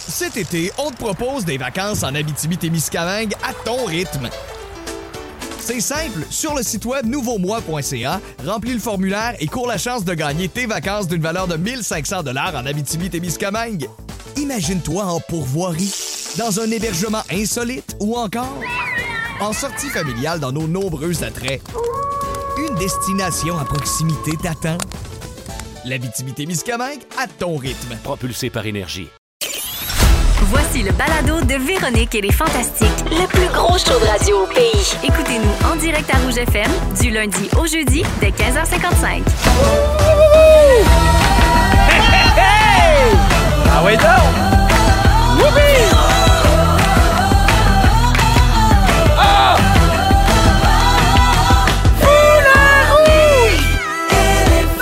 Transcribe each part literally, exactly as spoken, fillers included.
Cet été, on te propose des vacances en Abitibi-Témiscamingue à ton rythme. C'est simple, sur le site web nouveau moi point c a, remplis le formulaire et cours la chance de gagner tes vacances d'une valeur de mille cinq cents dollars en Abitibi-Témiscamingue. Imagine-toi en pourvoirie, dans un hébergement insolite ou encore en sortie familiale dans nos nombreux attraits. Une destination à proximité t'attend. L'Abitibi-Témiscamingue à ton rythme. Propulsé par Énergie. Voici le balado de Véronique et les Fantastiques. Le plus gros show de radio au pays. Écoutez-nous en direct à Rouge F M du lundi au jeudi dès quinze heures cinquante-cinq. Hey, hey, hey! Ah ouais donc! Woupi! Ah! Foulard rouge! Elle est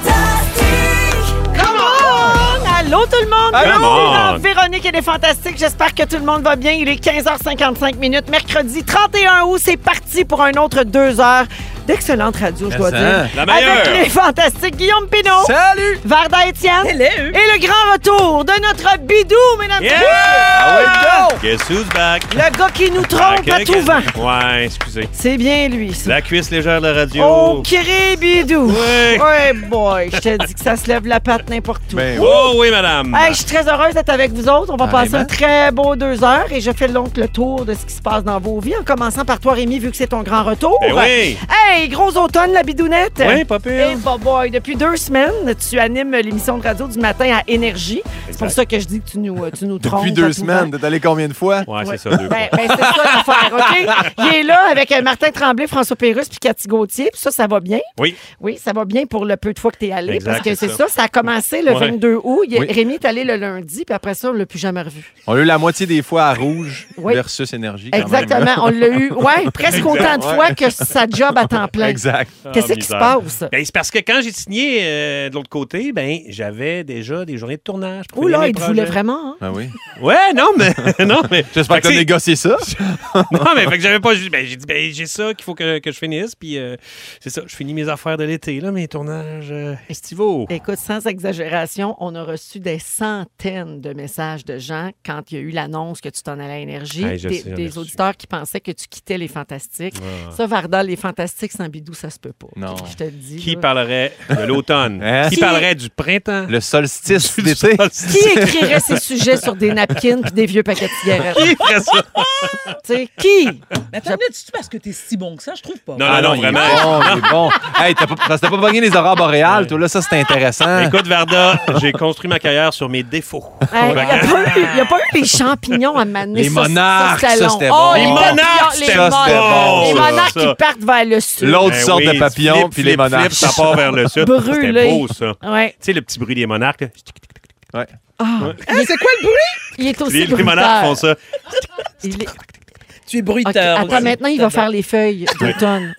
fantastique! Come on! Allô tout le monde! Allô! Véronique et les Fantastiques, j'espère que tout le monde va bien. Il est quinze heures cinquante-cinq minutes, mercredi trente et un août. C'est parti pour un autre deux heures d'excellente radio, je dois dire. La meilleure. Avec les Fantastiques, Guillaume Pinot. Salut! Varda Étienne. Hello. Et le grand retour de notre bidou, mesdames et Yeah! messieurs. Ah ouais, go! Guess who's back? Le gars qui nous trompe Ah, à tout vent. Ouais, excusez. C'est bien lui, ça. La cuisse légère de la radio. Oh, cré bidou. Oui. Ouais, boy, je te dis que ça se lève la patte n'importe où. Ben, oh oui, madame. Hey, je suis très heureuse d'être avec vous autres. On va passer Vraiment? un très beau deux heures et je fais donc le tour de ce qui se passe dans vos vies en commençant par toi, Rémi, vu que c'est ton grand retour. Ben oui. Hey, gros automne, la bidounette. Oui, pas pire. Hey, bah boy, depuis deux semaines, tu animes l'émission de radio du matin à Énergie. C'est pour ça que je dis que tu nous, tu nous trompes. Depuis deux à tout semaines, t'es allé combien de fois? Ouais, Ouais. c'est ça, deux Ben, fois. ben, c'est ça l'affaire, OK? Il est là avec euh, Martin Tremblay, François Pérusse puis Cathy Gauthier. Puis ça, ça va bien. Oui. Oui, ça va bien pour le peu de fois que tu es allé. Exact, parce que c'est c'est ça. ça. ça, a commencé le Ouais. vingt-deux août. Il- Oui. Rémi est allé le lundi, puis après ça, on ne l'a plus jamais revu. On a eu la moitié des fois à Rouge Oui. versus Énergie. quand même, Exactement. là. On l'a eu, ouais, presque autant de Ouais. fois que sa job à temps plein. Exact. Qu'est-ce Ah, qui se misère. passe? Ben, c'est parce que quand j'ai signé euh, de l'autre côté, ben j'avais déjà des journées de tournage. pour Ouh là, finir il mes te voulait projets. vraiment, hein? Ah oui. Ouais, non, mais. non, mais J'espère Fait que t'as c'est- négocié ça. Non, mais fait que j'avais pas. Ben, j'ai dit, ben, j'ai ça qu'il faut que, que je finisse. Puis, euh, c'est ça, je finis mes affaires de l'été, là, mes tournages euh, estivaux. Écoute, sans exagération, on a reçu des centaines de messages de gens quand il y a eu l'annonce que tu t'en allais à Énergie. Hey, je des sais, j'en ai des reçu. auditeurs qui pensaient que tu quittais les Fantastiques. Ouais. Ça, Varda, les Fantastiques sans bidou, ça se peut pas. Non. Je te le dis. Qui là. parlerait de l'automne? Hein? Qui Qui- parlerait du printemps? Le solstice Du d'été. solstice. Qui écrirait ces sujets sur des napkins puis des vieux paquets de cigarettes? Qui ferait ça? Tu sais, qui? Mais attends, c'est-tu parce que t'es si bon que ça? Je trouve pas. Non, Ah non, non, il est vraiment. bon, il est bon. Hey, t'as pas, parce que t'as pas pogné les aurores boréales, toi, là, ça, c'est intéressant. Écoute, Varda, j'ai construit ma carrière sur mes défauts. Il n'y a, pas eu- y a pas eu les champignons à m'amener. Les ça, monarques, ça, ça, long. c'était Oh, bon. les Les papillons, monarques, les c'était mon- bon, Les ça, monarques ça. qui partent vers le sud. L'autre Ben sorte oui, de papillon, flip, puis les flip, monarques. flip, ça part vers le sud. Brûlé. C'était beau, ça. Ouais. Tu sais, le petit bruit des monarques. là. Ouais. Ah, Hein, c'est quoi le bruit? il est aussi Les, les brutal. monarques font ça. Il est- Tu es Ok, bruiteur. attends, aussi. maintenant, il va faire les feuilles d'automne.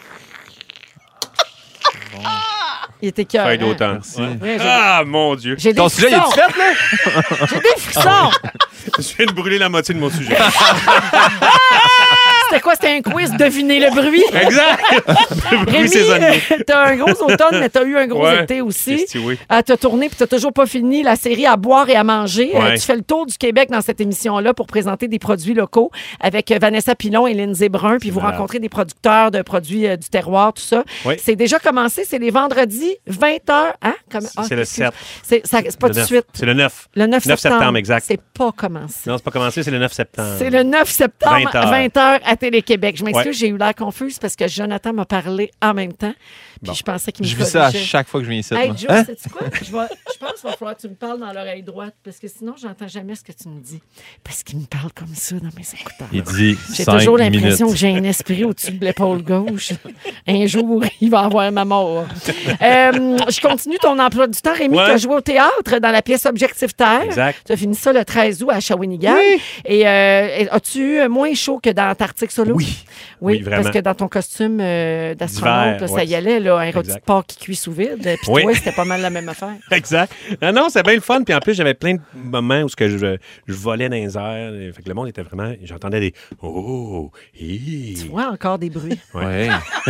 Il était cœur. Feuille d'automne. Merci. Ouais. Ah, mon Dieu. J'ai des Ton sujet, il frissons. est fait, là? J'ai des frissons. Je viens de brûler la moitié de mon sujet. C'était quoi? C'était un quiz, deviner le bruit. Exact. Le bruit Rémi, saisonnier. euh, t'as un gros automne, mais t'as eu un gros Ouais. été aussi. Christy, oui. Ah, t'as tourné puis t'as toujours pas fini la série À boire et à manger. Euh, Ouais. tu fais le tour du Québec dans cette émission-là pour présenter des produits locaux avec euh, Vanessa Pilon et Lindsay Brun, puis vous malade. rencontrez des producteurs de produits euh, du terroir, tout ça. Oui. C'est déjà commencé, c'est les vendredis, vingt heures. Hein? Comme- ah, C'est le excuse. sept. C'est ça- c'est pas Le tout de neuf. suite. C'est le neuf. Le neuf, neuf septembre, exact. C'est pas commencé. Non, c'est pas commencé, c'est le neuf septembre. C'est le neuf septembre, vingt heures. vingt heures à Télé-Québec. Je m'excuse, Ouais. j'ai eu l'air confuse parce que Jonathan m'a parlé en même temps. Puis Bon. je pensais qu'il me Je vis ça à corrigeait. chaque fois que je viens ici. Hey, moi. Joe, Hein? sais-tu quoi? Je, vais- je pense qu'il va falloir que tu me parles dans l'oreille droite parce que sinon, j'entends jamais ce que tu me dis. Parce qu'il me parle comme ça dans mes écouteurs. Il dit J'ai cinq toujours l'impression minutes. que j'ai un esprit au-dessus de l'épaule gauche. Un jour, il va avoir ma mort. Euh, je continue ton emploi du temps. Rémi, Ouais. tu as joué au théâtre dans la pièce Objectif Terre. Exact. Tu as fini ça le treize août à Shawinigan. Et euh, as-tu eu moins chaud que dans Antarctique Solo? Oui. Oui, Oui, vraiment. parce que dans ton costume euh, d'astronaute, D'hiver, là, ça ouais. y allait. Là, là, un rôti de Exact. porc qui cuit sous vide. Puis Oui. toi, c'était pas mal la même affaire. Exact. Non, non, c'est bien le fun. Puis en plus, j'avais plein de moments où ce que je, je volais dans les airs. Fait que le monde était vraiment... J'entendais des « Oh! Hi! Tu vois, encore des bruits. Ouais.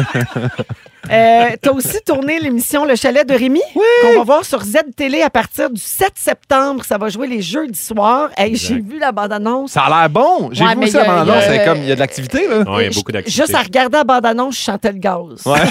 Euh, T'as aussi tourné l'émission Le Chalet de Rémi, qu'on va voir sur Z Télé à partir du sept septembre. Ça va jouer les jeudis soirs. Hey, j'ai vu la bande-annonce. Ça a l'air bon. J'ai Ouais, vu mais aussi y a- la bande-annonce. y a- C'est comme, il y a de l'activité, là. Ouais, il y a beaucoup d'activités. Juste à regarder la bande-annonce, je chantais le gaz. Ouais.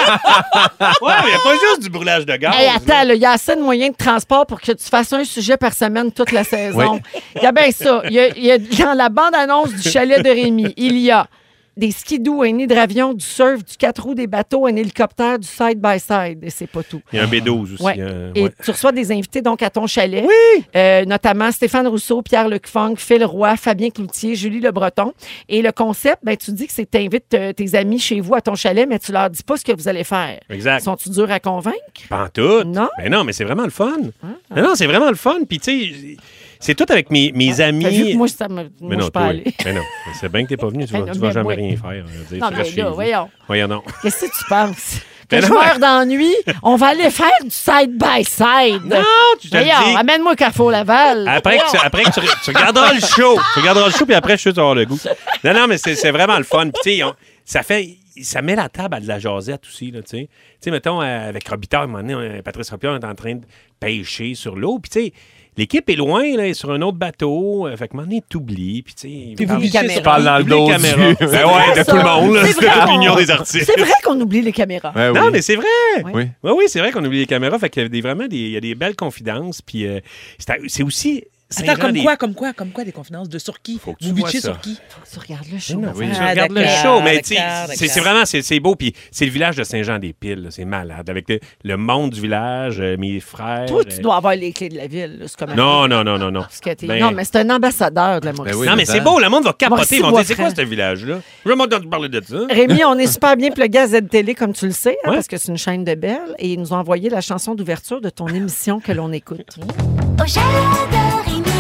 Ouais, il n'y a pas juste du brûlage de gaz. Hey, attends, il y a assez de moyens de transport pour que tu fasses un sujet par semaine toute la saison. Il y a bien ça. Il y a, il y a- dans la bande-annonce du Chalet de Rémi, il y a des skidoo, un hydravion, du surf, du quatre roues, des bateaux, un hélicoptère, du side-by-side. Et c'est pas tout. Il y a un B douze aussi. Ouais. euh, Et ouais. tu reçois des invités donc à ton chalet. Oui. Euh, notamment Stéphane Rousseau, Pierre-Luc Funk, Phil Roy, Fabien Cloutier, Julie Le Breton. Et le concept, ben, tu dis que c'est que tu invites euh, tes amis chez vous à ton chalet, mais tu leur dis pas ce que vous allez faire. Exact. Sont-tu durs à convaincre? Pas en tout. Non? Mais non, mais c'est vraiment le fun. Non, non, c'est vraiment le fun. Puis, tu sais, c'est tout avec mes, mes amis. T'as vu que moi, ça me... moi mais je non, suis pas toi, allée. mais non, c'est bien que t'es pas venu. Tu vas, Mais non, tu vas mais jamais moi- rien faire. je veux dire, Non, tu mais restes chez là, vous. voyons. Voyons non. Qu'est-ce que tu penses? Que Mais je non, meurs d'ennui? On va aller faire du side-by-side. Non, tu te le Voyons, dis. amène-moi Carrefour Laval. Après, que tu, après que tu, tu regarderas le show. Tu regarderas le show, puis après, je suis sûr que tu vas avoir le goût. Non, non, mais c'est c'est vraiment le fun. Puis, tu sais, on- ça fait... Ça met la table à de la jasette aussi, là, tu sais. Tu sais, mettons, euh, avec Robitaille, à un moment donné, on- Patrice Robitaille, on est en train de pêcher sur l'eau. Puis, tu sais, l'équipe est loin, là, elle est sur un autre bateau. Euh, fait que, à un moment donné, t'oublies. Puis, tu sais... Puis vous parle- oubliez caméras. Tu parles dans le Oublie les dos caméras. du... Ben ouais, de ça. tout le monde, là. C'est C'était vrai toute l'union qu'on- des artistes. C'est vrai qu'on oublie les caméras. Ouais, Non, oui. mais c'est vrai. Oui. Oui. Oui, oui, c'est vrai qu'on oublie les caméras. Fait qu'il y a des, vraiment des, il y a des belles confidences. Puis euh, c'est à- c'est aussi. Attends, comme quoi, comme quoi, comme quoi, des confidences de sur qui? Faut que tu Vous vois bitchez ça. sur qui? Faut que tu regardes le show. Non, ma oui, femme. tu Ah, regardes le d'accord, show, mais tu sais, d'accord, c'est d'accord. c'est vraiment, c'est c'est beau, puis c'est le village de Saint-Jean-des-Piles, là, c'est malade, avec le, le monde du village, euh, mes frères. Toi, tu euh, dois avoir les clés de la ville. là, C'est comme Non, non, non, non, non. Parce que t'es- Ben- Non, mais c'est un ambassadeur de la Mauricie. Ben oui. non, mais mais c'est ça- beau, le monde va capoter, Mauricie ils vont dire, c'est quoi Boisfranc. ce village-là? Je vais m'entendre parler de ça. Rémi, on est super bien plugué à Z Télé, comme tu le sais, hein, Ouais. parce que c'est une chaîne de belles. Et ils nous ont envoyé la chanson d'ouverture de ton émission que l'on écoute. Au chalet de Rémi,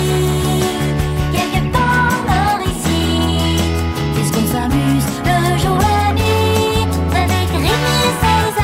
quelque part par ici, puisqu'on s'amuse le jour la nuit, avec Rémi et ses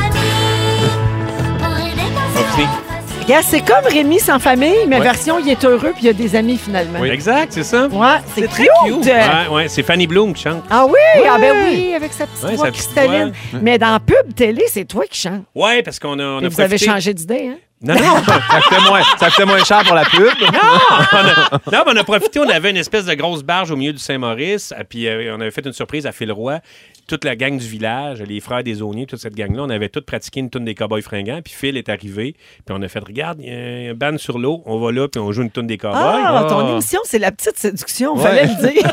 amis, pour aider quand Hop, c'est c'est- facile. Regarde, c'est comme Rémi sans famille, mais Ouais. version il est heureux puis il y a des amis finalement. Exact, c'est ça. Ouais, c'est C'est très cute. cute. Ouais, ouais, c'est Fanny Bloom qui chante. Ah oui, ah ben oui, avec sa petite Ouais, voix sa petite cristalline. Mais dans pub télé, c'est toi qui chantes. Ouais, parce qu'on a, on Et a vous avez profité- changé d'idée, hein? Non, non, Ça coûtait moins, ça coûtait moins cher pour la pub. on a, non, mais on a profité, on avait une espèce de grosse barge au milieu du Saint-Maurice, et puis euh, on avait fait une surprise à Phil Roy. Toute la gang du village, les frères des Auniers, toute cette gang-là, on avait tous pratiqué une toune des Cowboys fringants, puis Phil est arrivé, puis on a fait, regarde, il y a un band sur l'eau, on va là, puis on joue une toune des Cowboys. Ah, ton Ah. émission, c'est la petite séduction, Ouais. fallait le dire.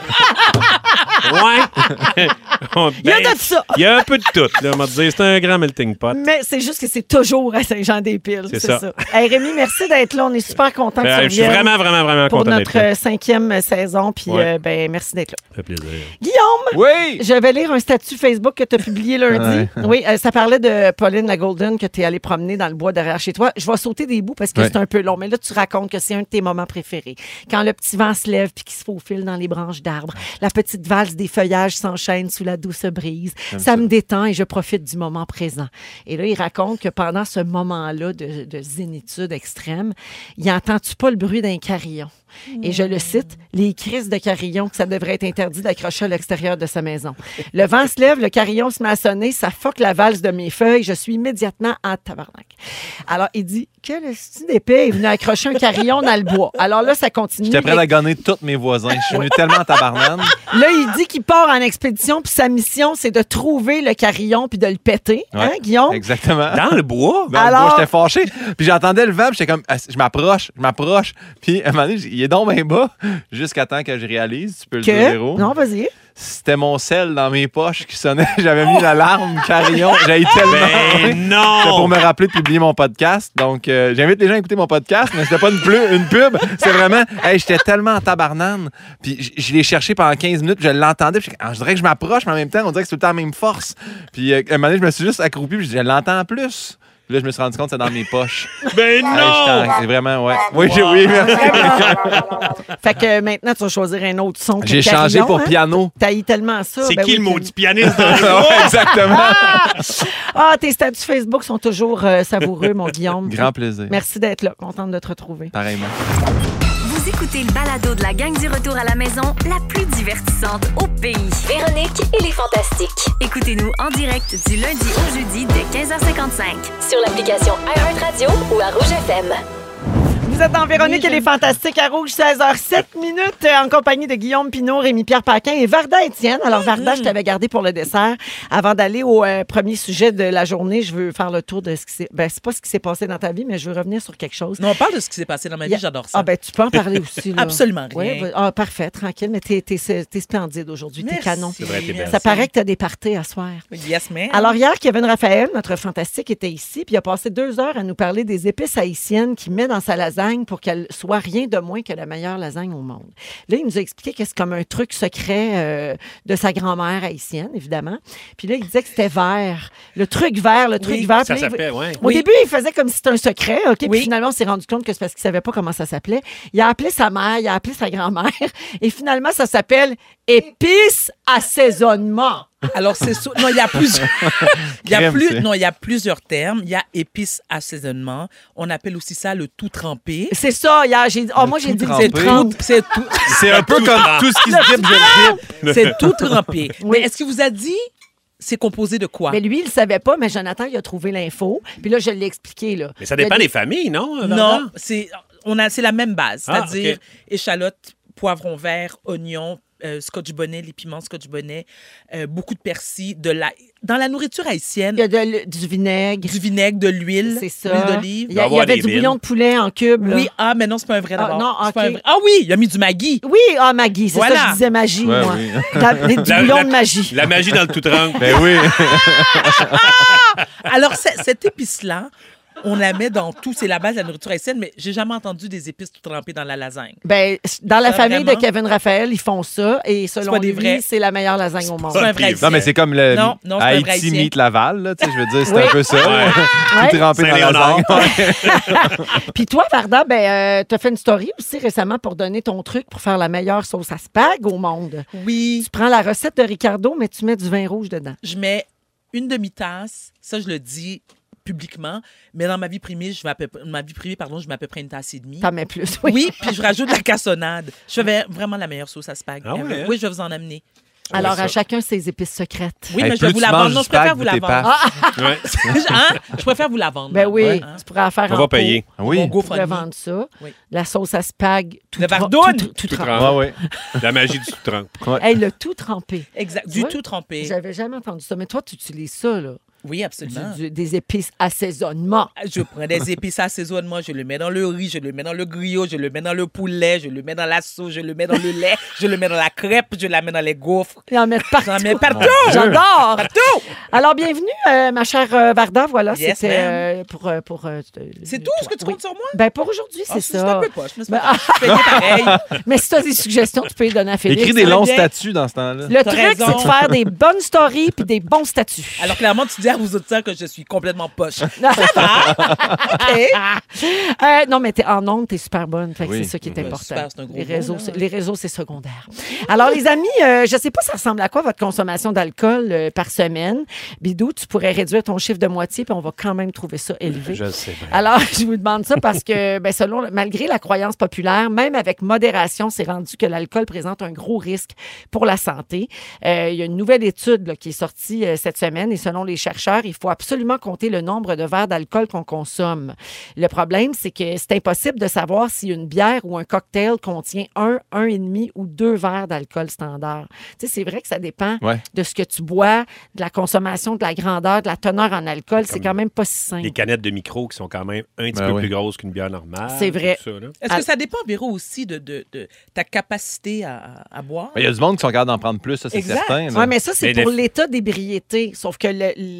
Hey! Ouais! Il y a Ben, de ça. Il y a un peu de tout, là, on va te dire, c'est un grand melting pot. Mais c'est juste que c'est toujours à Saint-Jean-des-Piles. C'est C'est ça. ça. Hey, Rémi, merci d'être là. On est super contents que Ben, tu je suis reviennes vraiment, vraiment, vraiment pour content d'être notre là. euh, cinquième saison. Puis, Ouais. euh, ben, merci d'être là. Ça fait plaisir. Guillaume, Oui! je vais lire un statut Facebook que tu as publié lundi. Oui, euh, ça parlait de Pauline la Golden que tu es allée promener dans le bois derrière chez toi. Je vais sauter des bouts parce que Ouais. c'est un peu long, mais là, tu racontes que c'est un de tes moments préférés. Quand le petit vent se lève puis qu'il se faufile dans les branches d'arbres, la petite valse des feuillages s'enchaîne sous la douce brise. Ça, me détend et je profite du moment présent. Et là, il raconte que pendant ce moment-là de, de zénitude extrême, il entend-tu pas le bruit d'un carillon? Et je le cite, les crises de carillon, que ça devrait être interdit d'accrocher à l'extérieur de sa maison. Le vent se lève, le carillon se met à sonner, ça foque la valse de mes feuilles, je suis immédiatement en tabarnak. Alors, il dit, quel style d'épée est venu accrocher un carillon dans le bois? Alors là, ça continue. J'étais prêt à gagner tous mes voisins. Je suis venu tellement en tabarnane. Là, il dit qu'il part en expédition, puis sa mission, c'est de trouver le carillon puis de le péter. Hein, Ouais. Guillaume? Exactement. Dans le bois? Dans le Alors- bois, j'étais fâché. Puis j'entendais le vent, puis j'étais comme, ah, je m'approche, je m'approche. Puis à un moment donné, il est donc bien bas, jusqu'à temps que je réalise, tu peux le dire, Que? Véro. Non, vas-y. C'était mon sel dans mes poches qui sonnait. J'avais mis l'alarme carillon. J'ai tellement. Ben C'était non! pour me rappeler de publier mon podcast. Donc, euh, j'invite les gens à écouter mon podcast, mais c'était pas une, plu- une pub. C'est vraiment, hey, j'étais tellement en tabarnane. Puis, j- je l'ai cherché pendant quinze minutes, puis je l'entendais. Puis, je dirais que je m'approche, mais en même temps, on dirait que c'est tout le temps la même force. Puis, euh, à un moment donné, je me suis juste accroupi, puis je dis, je l'entends plus. Puis là, je me suis rendu compte que c'est dans mes poches. Ben Ah, non! j'étais en- vraiment, ouais. Oui, j'ai- oui, merci. Fait que maintenant, tu vas choisir un autre son. que J'ai le changé carillon, pour hein? piano. T'haïs tellement ça. C'est ben qui oui, le tu- maudit pianiste dans le Ouais, exactement. Ah, tes statuts Facebook sont toujours euh, savoureux, mon Guillaume. Grand plaisir. Merci d'être là. Contente de te retrouver. Pareillement. Vous écoutez le balado de la gang du retour à la maison, la plus divertissante au pays. Véronique et les Fantastiques. Écoutez-nous en direct du lundi au jeudi dès quinze heures cinquante-cinq. Sur l'application iHeartRadio ou à Rouge F M. Vous êtes dans Véronique et les Fantastiques à Rouge, seize heures sept minutes, euh, en compagnie de Guillaume Pinot, Rémi-Pierre Paquin et Varda Étienne. Alors, Varda, je t'avais gardé pour le dessert. Avant d'aller au euh, premier sujet de la journée, je veux faire le tour de ce qui s'est... Ben, c'est pas ce qui s'est passé dans ta vie, mais je veux revenir sur quelque chose. Non, on parle de ce qui s'est passé dans ma vie, Yeah. j'adore ça. Ah, ben, tu peux en parler aussi, là. Absolument rien. Ouais, bah- ah, parfait, tranquille, mais t'es, t'es, t'es splendide aujourd'hui, t'es Merci. canon. C'est vrai, t'es belle. Ça paraît que t'as des parties à soir. Yes, man. Alors hier, Kevin Raphaël, notre fantastique, était ici, puis il a passé deux heures à nous parler des épices haïtiennes qu'il met dans sa lasagne pour qu'elle soit rien de moins que la meilleure lasagne au monde. Là, il nous a expliqué que c'est comme un truc secret euh, de sa grand-mère haïtienne, évidemment. Puis là, il disait que c'était vert. Le truc vert, le truc Oui, vert. Ça Puis là, il- s'appelle, ouais. Au Oui. début, il faisait comme si c'était un secret, OK? Puis Oui. finalement, on s'est rendu compte que c'est parce qu'il savait pas comment ça s'appelait. Il a appelé sa mère, il a appelé sa grand-mère, et finalement, ça s'appelle épices assaisonnement. Alors, c'est sûr. Non, il y a plusieurs. il y a Crème, plus... c'est. Non, il y a plusieurs termes. Il y a épices assaisonnement. On appelle aussi ça le tout trempé. C'est ça, hier, j'ai dit, oh, moi, j'ai tout dit que trempé. c'est trempe. C'est tout. C'est un peu comme tout ce qui se dip, je le dip. C'est tout trempé. Oui. Mais est-ce qu'il vous a dit c'est composé de quoi? Mais lui, il le savait pas, mais Jonathan, il a trouvé l'info. Puis là, je l'ai expliqué, là. Mais ça dépend Il a des familles, non? Varda? Non, c'est on a c'est la même base, Ah, c'est-à-dire ok. échalote, poivron vert, oignon, euh, scotch bonnet, les piments scotch bonnet, euh, beaucoup de persil, de la dans la nourriture haïtienne, Il y a de l- du vinaigre. du vinaigre, de l'huile, C'est ça. l'huile d'olive. Il y, a- il y avoir avait des du vines. bouillon de poulet en cube. là. Oui, ah mais non, c'est pas un vrai Ah, d'abord. non, C'est pas ok. un vrai. Ah oui, il a mis du Maggi. Oui, ah, Maggie, c'est ça, Voilà. je disais magie, Ouais, moi. oui. La- les- du La- bouillon la- de magie. La magie dans le tout trempe. Ben oui. Alors c'est- cette épice là, on la met dans tout, c'est la base de la nourriture haïtienne, mais j'ai jamais entendu des épices tout trempées dans la lasagne. Ben, dans la Ça, famille vraiment? de Kevin Raphaël, ils font ça. Et selon pas des lui, vrais. c'est la meilleure lasagne au monde. C'est un vrai puis- haïtien. Non, mais c'est comme le Non, non, c'est pas un vrai Haïti haïtien. meet Laval, là, tu sais, je veux dire, c'est Oui. un peu ça. Ouais. Ouais. Tout trempé dans la Saint-Léonard. lasagne. Puis toi, Varda, ben, tu as fait une story aussi récemment pour donner ton truc pour faire la meilleure sauce à spag au monde. Oui, Tu prends la recette de Ricardo, mais tu mets du vin rouge dedans. je mets une demi-tasse, ça je le dis publiquement, mais dans ma vie privée, je mets à peu, ma vie privée, pardon, je mets à peu près une tasse et demie. T'en mets plus, oui. Oui, puis je rajoute de la cassonade. Je fais vraiment la meilleure sauce à spag. Ah ouais, hein? Oui, je vais vous en amener. Alors, Ouais, à ça. chacun ses épices secrètes. Oui, Hey, mais je plus vais vous tu la manges vendre. Non, du je préfère spag, vous la plus t'es vendre. Ouais. Hein? Je préfère vous la vendre. Ben oui, Hein? tu pourrais en faire On en va pot. payer. Oui. Mon Tu pourrais GoFundMe. vendre ça. Oui. La sauce à spag. Tout Le tra- Vardoune. Tout, tout, tout Tout trempé. trempé. Ouais, ouais. La magie du tout trempe. Hey, le tout trempé. Exact. Tu Du vois? tout trempé. J'avais jamais entendu ça. Mais toi, tu utilises ça, là. Oui, Du- absolument. du- des épices assaisonnement. Je prends des épices assaisonnement, je le mets dans le riz, je le mets dans le griot, je le mets dans le poulet, je le mets dans la sauce, je le mets dans le lait, je le mets dans la crêpe, je la mets dans les gaufres. Et en mettre partout. J'en mets partout. J'adore. Partout. Alors, bienvenue, euh, ma chère euh, Varda. Voilà, Yes, c'était ma'am. euh, pour... euh, pour euh, te- C'est tout ce que tu oui. comptes sur moi? Ben, pour aujourd'hui, Ah, c'est C'est ça. un peu poche, mais c'est Ben, pas grave. Je fais pareil. Mais si tu as des suggestions, tu peux les donner à Félix. Écris des ça va longs bien. statuts dans ce temps-là. Le T'as truc, raison. c'est de faire des bonnes stories puis des bons statuts. Alors, clairement, tu dis à vos auditeurs que je suis complètement poche. Ça va? OK. Euh, non, mais t'es en ondes, t'es super bonne. Fait que Oui. c'est ça qui est Ben, important. super, c'est un gros les, mot, réseaux, là. c'est- les réseaux, c'est secondaire. Alors, les amis, euh, je sais pas ça ressemble à quoi votre consommation d'alcool euh, par semaine. Bidou, tu pourrais réduire ton chiffre de moitié, puis on va quand même trouver ça élevé. Je sais bien. Alors, je vous demande ça parce que, ben, selon, malgré la croyance populaire, même avec modération, c'est rendu que l'alcool présente un gros risque pour la santé. Euh, il y a une nouvelle étude là, qui est sortie euh, cette semaine et selon les chercheurs, il faut absolument compter le nombre de verres d'alcool qu'on consomme. Le problème, c'est que c'est impossible de savoir si une bière ou un cocktail contient un, un et demi ou deux verres d'alcool standard. Tu sais, c'est vrai que ça dépend Ouais. de ce que tu bois, de la consommation, de la grandeur, de la teneur en alcool. C'est quand même pas si simple. Les canettes de micro qui sont quand même un petit Ben peu oui. plus grosses qu'une bière normale. C'est vrai. tout ça, là. Est-ce Ah. que ça dépend, Véro, aussi de, de, de ta capacité à, à boire? Il y a du monde qui sont capables d'en prendre plus, ça, c'est Exact. certain. là. Oui, mais ça, c'est Mais pour les- l'état d'ébriété. Sauf que le-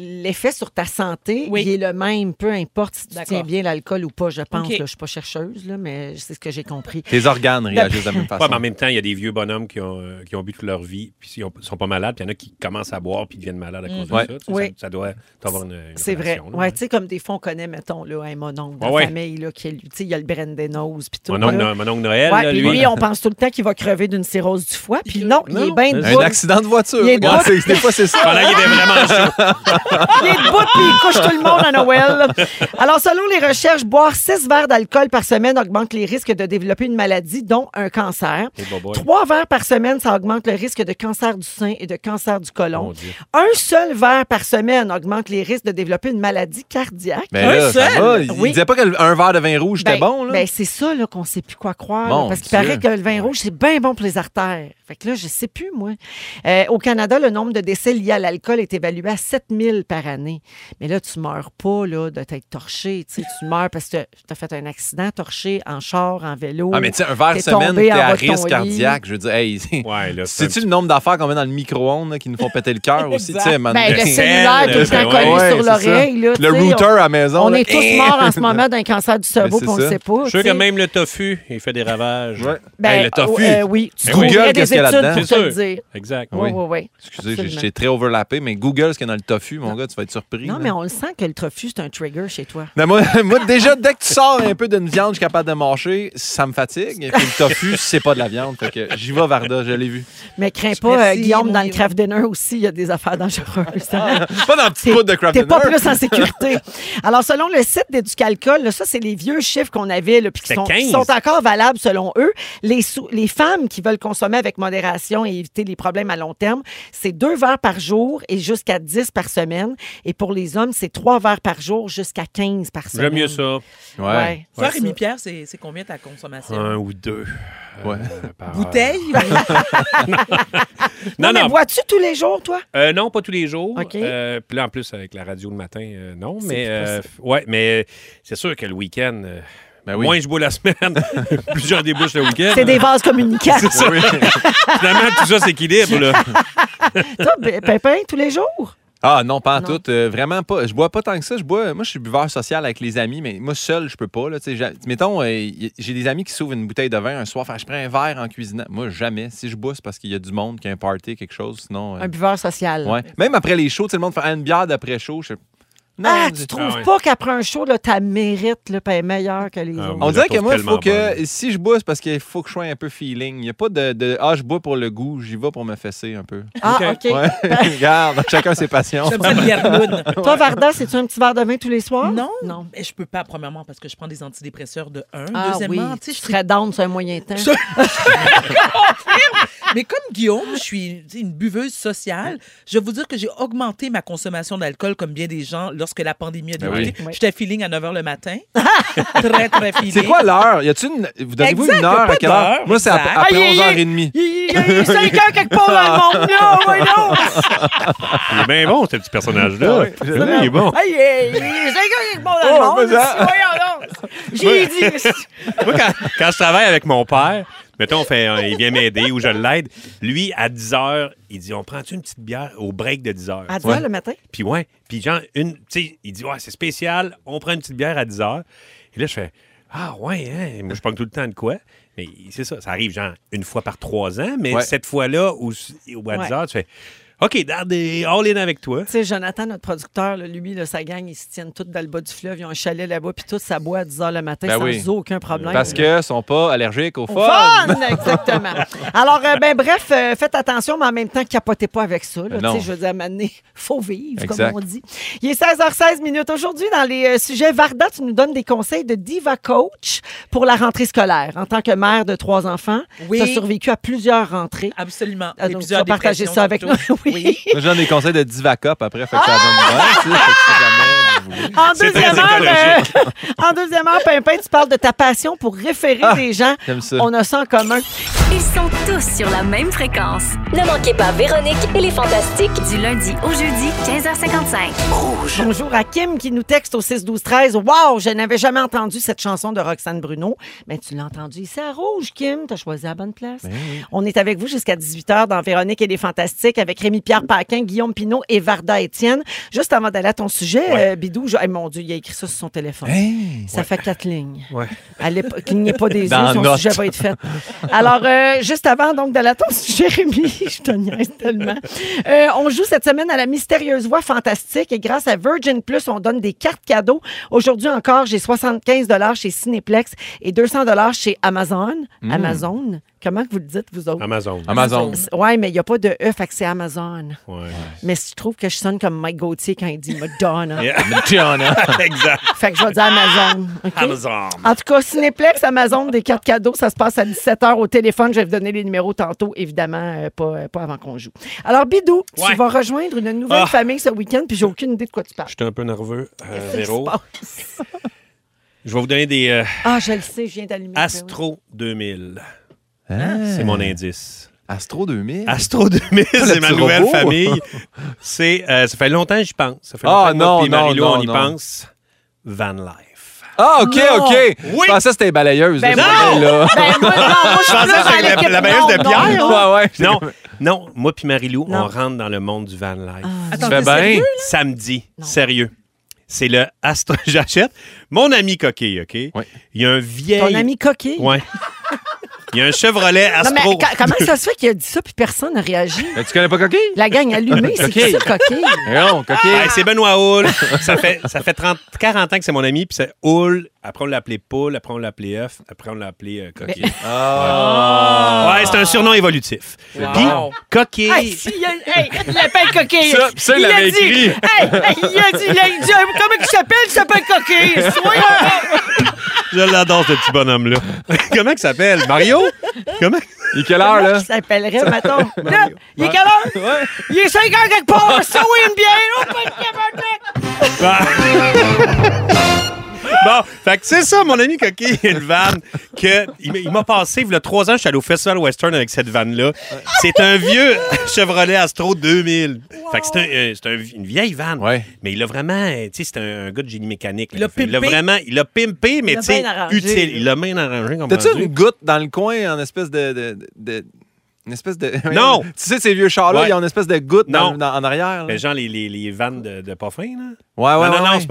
l'effet sur ta santé, Oui. il est le même, peu importe si tu D'accord. tiens bien l'alcool ou pas, je pense. OK. Là, je suis pas chercheuse, là, mais c'est ce que j'ai compris. Tes organes réagissent de la même façon. Ouais, mais en même temps, il y a des vieux bonhommes qui ont, euh, qui ont bu toute leur vie, puis ils ont- sont pas malades, puis il y en a qui commencent à boire, puis deviennent malades à cause Ouais. de ça. Tu sais, Oui. ça. Ça doit avoir une, une C'est vrai. relation, là. Ouais, tu sais, comme des fois, on connaît, mettons, là, un mon oncle de Ouais, ouais. famille, là, qui est, tu sais, il y a le Brendanose, puis tout. Mon oncle, là. mon oncle Noël, Ouais, là, puis lui. lui, on pense tout le temps qu'il va crever d'une cirrhose du foie, puis non, il est bien Un debout. accident de voiture. Il est Regarde, debout. c'est- des fois, c'est ça. Pendant qu'il était vraiment chaud. Il est debout puis il couche tout le monde à Noël. Alors, selon les recherches, boire six verres d'alcool par semaine augmente les risques de développer une maladie, dont un cancer. Et boboy. Trois verres par semaine, ça augmente le risque de cancer du sein et de cancer du Mon côlon. Dieu. Un seul verre par semaine augmente les risques de développer une maladie cardiaque. Mais Un là, ça seul? va. Il Oui. disait pas qu'un verre de vin rouge, c'était Ben, bon, là? ben, c'est ça là, qu'on ne sait plus quoi croire. Mon là, parce qu'il Dieu. paraît que le vin rouge, c'est bien bon pour les artères. Fait que là, je ne sais plus, moi. Euh, au Canada, le nombre de décès liés à l'alcool est évalué à sept mille par année. Mais là, tu ne meurs pas là, de t'être torché. Tu sais, tu meurs parce que tu as fait un accident torché en char, en vélo. Ah, mais tu sais, un verre T'es semaine, tombé t'es en à bas de ton risque lit. cardiaque. Je veux dire, hey, Ouais, là, c'est un sais-tu le nombre d'affaires qu'on met dans le micro-ondes là, qui nous font péter le cœur aussi? Tu sais, à un moment Ben, donné? le cellulaire tout le ben temps ouais, collé ouais, sur c'est l'oreille. là, Le tu sais, router à la maison. On, on là. est tous morts en ce moment d'un cancer du cerveau, Ben, c'est puis on ne ça. sait pas. Je suis sûr tu que sais. même le tofu, il fait des ravages. Ouais. Ben, Hey, le tofu. euh, oui, tu Ben trouverais Google, des qu'est-ce qu'il y a études là-dedans? pour C'est te le sûr. dire. Exact. Oui, oui, oui. Excusez, Absolument. j'ai très overlappé, mais Google, ce qu'il y a dans le tofu, mon gars, tu vas être surpris. Non, là. mais on le sent que le tofu, c'est un trigger chez toi. Non, moi, moi, déjà, dès que tu sors un peu d'une viande, je suis capable de mâcher, ça me fatigue. Et puis le tofu, c'est pas de la viande. Fait que j'y vais, Varda, je l'ai vu. Mais crains pas, Merci, euh, Guillaume, mon dans le Guillaume. craft dinner aussi, il y a des affaires dangereuses. hein? Pas dans la petite T'es- poudre de craft T'es pas dinner. plus en sécurité. Alors, selon le site d'Éducalcool, là, ça, c'est les vieux chiffres qu'on avait, là, puis qui C'était sont, qui quinze. sont encore valables selon eux. Les, sou- les femmes qui veulent consommer avec modération et éviter les problèmes à long terme, c'est deux verres par jour et jusqu'à dix par semaine. Et pour les hommes, c'est trois verres par jour jusqu'à quinze par semaine. J'aime mieux ça. Ouais. Ouais. Toi, Ouais, Rémi ça. Pierre, c'est c'est combien ta consommation? Un ou deux. Ouais. Euh, par- Bouteille? Non, Non, mais non. bois-tu tous les jours, toi? Euh, non, pas tous les jours. OK. Euh, Puis là, en plus, avec la radio le matin, euh, non. C'est Mais, plus euh, ouais, mais c'est sûr que le week-end, euh, Ben oui. moins je bois la semaine, plus j'en débouche le week-end. C'est des vases communicants. C'est ça. Finalement, tout ça s'équilibre. Là. Toi, P- Pépin, tous les jours? Ah non, pas en Non. tout. Euh, vraiment pas. Je bois pas tant que ça. Je bois. Moi, je suis buveur social avec les amis, mais moi seul, je peux pas. Là, Tu sais, j'a- mettons, euh, y- j'ai des amis qui s'ouvrent une bouteille de vin un soir. Fait que je prends un verre en cuisinant. Moi, jamais. Si je bois, c'est parce qu'il y a du monde qui a un party, quelque chose. Sinon. euh, Un buveur social. ouais. Même après les shows, tu sais, le monde fait ah, une bière d'après show. Je... Non, Ah, je- tu trouves Ah ouais. pas qu'après un show, là, ta mérite là, est meilleure que les Ah, autres? moi, On je dirait la que moi, il trouve faut tellement que bonne. si je bois, c'est parce qu'il faut que je sois un peu feeling. Il n'y a pas de, de ah, je bois pour le goût, j'y vais pour me fesser un peu. Ah, OK. OK. Ouais, regarde, chacun ses passions. J'aime ça le Guerloune. Toi, Varda, c'est-tu un petit verre de vin tous les soirs? Non, Non. mais je peux pas, premièrement, parce que je prends des antidépresseurs de un. Ah Deuxièmement, oui, tu sais, tu je serais down sur un moyen temps. Je- Mais comme Guillaume, je suis tu sais, une buveuse sociale, je vais vous dire que j'ai augmenté ma consommation d'alcool comme bien des gens lorsque la pandémie a Ben débuté. oui. J'étais feeling à neuf heures le matin. très, très feeling. C'est quoi l'heure? Y a-tu une. Vous donnez-vous Exact, une y a heure pas à quelle heure? d'heure, Moi, c'est ap- exact. après Ah, il- onze heures trente. Il il y a cinq heures quelque part dans le monde. Non, oui, non. Il est bien bon, ce petit personnage-là. Ah oui, je Oui, l'aime. il est bon. Hey, il y a cinq heures quelque part dans Oh, le monde. mais ça- Voyons donc. J'ai dit. Moi, quand, quand je travaille avec mon père, mettons, on fait, un- il vient m'aider ou je l'aide. Lui, à dix heures, il dit on prend-tu une petite bière au break de dix heures? À dix heures le matin? Puis ouais, puis genre, une, tu sais, il dit ouais, c'est spécial, on prend une petite bière à dix heures. Et là, je fais ah ouais, hein? Moi, je prends tout le temps de quoi? Mais c'est ça, ça arrive genre une fois par trois ans, mais Ouais. cette fois-là, où, où à dix heures, tu fais OK, garde des all-in avec toi. Tu sais, Jonathan, notre producteur, là, lui, là, sa gang, ils se tiennent tous dans le bas du fleuve. Ils ont un chalet là-bas, puis tout, ça boit à dix heures le matin Ben sans oui. aucun problème. Parce qu'ils ne sont pas allergiques au Au fun. fun! Exactement. Alors, euh, ben bref, euh, faites attention, mais en même temps, capotez pas avec ça. Là, Ben non. Tu sais, je veux dire, à un moment donné, faut vivre, Exact. comme on dit. Il est seize heures seize minutes. Aujourd'hui, dans les euh, sujets, Varda, tu nous donnes des conseils de Diva Coach pour la rentrée scolaire. En tant que mère de trois enfants, Oui. tu as survécu à plusieurs rentrées. Absolument. Ah, Et donc, tu plusieurs vas partager dépressions, ça avec nous. surtout. Oui. Moi, j'en ai des conseils de Divacop après, fait que ça donne bien. tu sais, fait que si jamais vous voulez. En C'est deuxième, très heure, écologique. euh, en deuxième heure, Pimpin, tu parles de ta passion pour référer Ah, des gens. j'aime ça. On a ça en commun. Ils sont tous sur la même fréquence. Ne manquez pas Véronique et les Fantastiques. Du lundi au jeudi, quinze heures cinquante-cinq. Bonjour à Kim qui nous texte au six douze treize. Wow, je n'avais jamais entendu cette chanson de Roxane Bruno. Mais tu l'as entendue ici à Rouge, Kim. Tu as choisi la bonne place. Ben oui. On est avec vous jusqu'à dix-huit heures dans Véronique et les Fantastiques avec Rémi-Pierre Paquin, Guillaume Pinault et Varda Étienne. Juste avant d'aller à ton sujet, euh, Bidou, je- hey, mon Dieu, il a écrit ça sur son téléphone. Hey! Ça fait quatre lignes. Ouais. Allez, pas- clignez pas des yeux, Dans son note. sujet va être fait. Alors, euh, juste avant donc d'aller à ton sujet, Rémi, je te niaise tellement. Euh, on joue cette semaine à la mystérieuse voix fantastique et grâce à Virgin Plus, on donne des cartes cadeaux. Aujourd'hui encore, j'ai soixante-quinze dollars chez Cinéplex et deux cents dollars chez Amazon. Amazon? Comment que vous le dites, vous autres? Amazon. Amazon. Oui, mais il n'y a pas de E, fait que c'est Amazon. Ouais. Mais je trouve que je sonne comme Mike Gauthier quand il dit Madonna. Yeah. Madonna. Exact. Fait que je vais dire Amazon. OK? Amazon. En tout cas, Cinéplex, Amazon, des cartes cadeaux, ça se passe à dix-sept heures au téléphone. Je vais vous donner les numéros tantôt, évidemment, euh, pas, euh, pas avant qu'on joue. Alors, Bidou, Ouais. tu vas rejoindre une nouvelle Ah. famille ce week-end, puis j'ai aucune idée de quoi tu parles. J'étais un peu nerveux, euh, Qu'est-ce qui Véro. se passe? Je vais vous donner des euh, Ah, je le sais, je viens d'allumer. le Astro deux mille. Hein? C'est mon indice. Astro deux mille. Astro deux mille, le c'est ma petit nouvelle robot. famille. C'est, euh, ça fait longtemps que j'y pense. Ça fait Ah, longtemps que moi non, puis Marie-Lou, non, on y non. pense. Van Life. Ah, OK, Non. OK. Oui. Je pensais que c'était balayeuse. Ben là, non. ce modèle-là. Ben, moi, non, moi, je suis Je pensais plus que dans c'était la- l'équipe la bailleuse de non, Pierre. non, Ouais, ouais. Non, non, moi puis Marie-Lou, Non. on rentre dans le monde du Van Life. Attends, Tu fais t'es sérieux? bien. Samedi, Non. sérieux. C'est le Astro... J'achète. Mon ami Coquille, OK? Ouais. Il y a un vieil... Ton ami coquille. Ouais. Il y a un Chevrolet Non, mais Astro... ca- comment ça se fait qu'il a dit ça puis personne n'a réagi? Ben, tu connais pas Coquille? La gang allumée, c'est qui Coquille. ça, coquille? Non, Coquille. Ben, c'est Benoît Hull. ça fait, ça fait trente, quarante ans que c'est mon ami. Puis c'est Hull. Après, on l'a appelé Poule. Après, on l'a appelé œuf. Après, on l'a appelé euh, Coquille. Ah. Ouais, c'est un surnom évolutif. Puis, Wow. Coquille... Hey, si, il, a- hey, il l'appelle coquille. Ça, ça, il a l'avait dit, écrit. Hey, hey, il a dit, il a dit, comment il s'appelle? Il s'appelle coquille. Soyons- Je l'adore, ce petit bonhomme-là. Comment il s'appelle? Mario? Comment? Il est quelle heure, là? Il s'appellerait, mettons. Là, il est quelle heure? Ouais. Il est cinq heures quelque part. Ça, oui, une bière. Oh, pas de tabarnak. Bon, fait que c'est ça, mon ami Coquille, une vanne que il m'a- il m'a passé, il y a trois ans, je suis allé au Festival Western avec cette vanne-là. C'est un vieux Chevrolet Astro deux mille. Fait que c'est un, euh, c'est un- une vieille vanne. Ouais. Mais il a vraiment, euh, tu sais, c'est un, un gars de génie mécanique. là. Il a Fait, l'a pimpé. vraiment, il a pimpé, mais Il l'a tu sais, bien arrangé. utile. Il l'a bien arrangé comme T'as-tu rendu. une goutte dans le coin en espèce de. de, de- une espèce de. Non. Tu sais, ces vieux chars-là, Ouais. il y a une espèce de goutte dans- Non. dans- en arrière. là. Mais genre les, les, les vannes de, de pas fin, là. Ouais, ouais, non, non, ouais, non, ouais.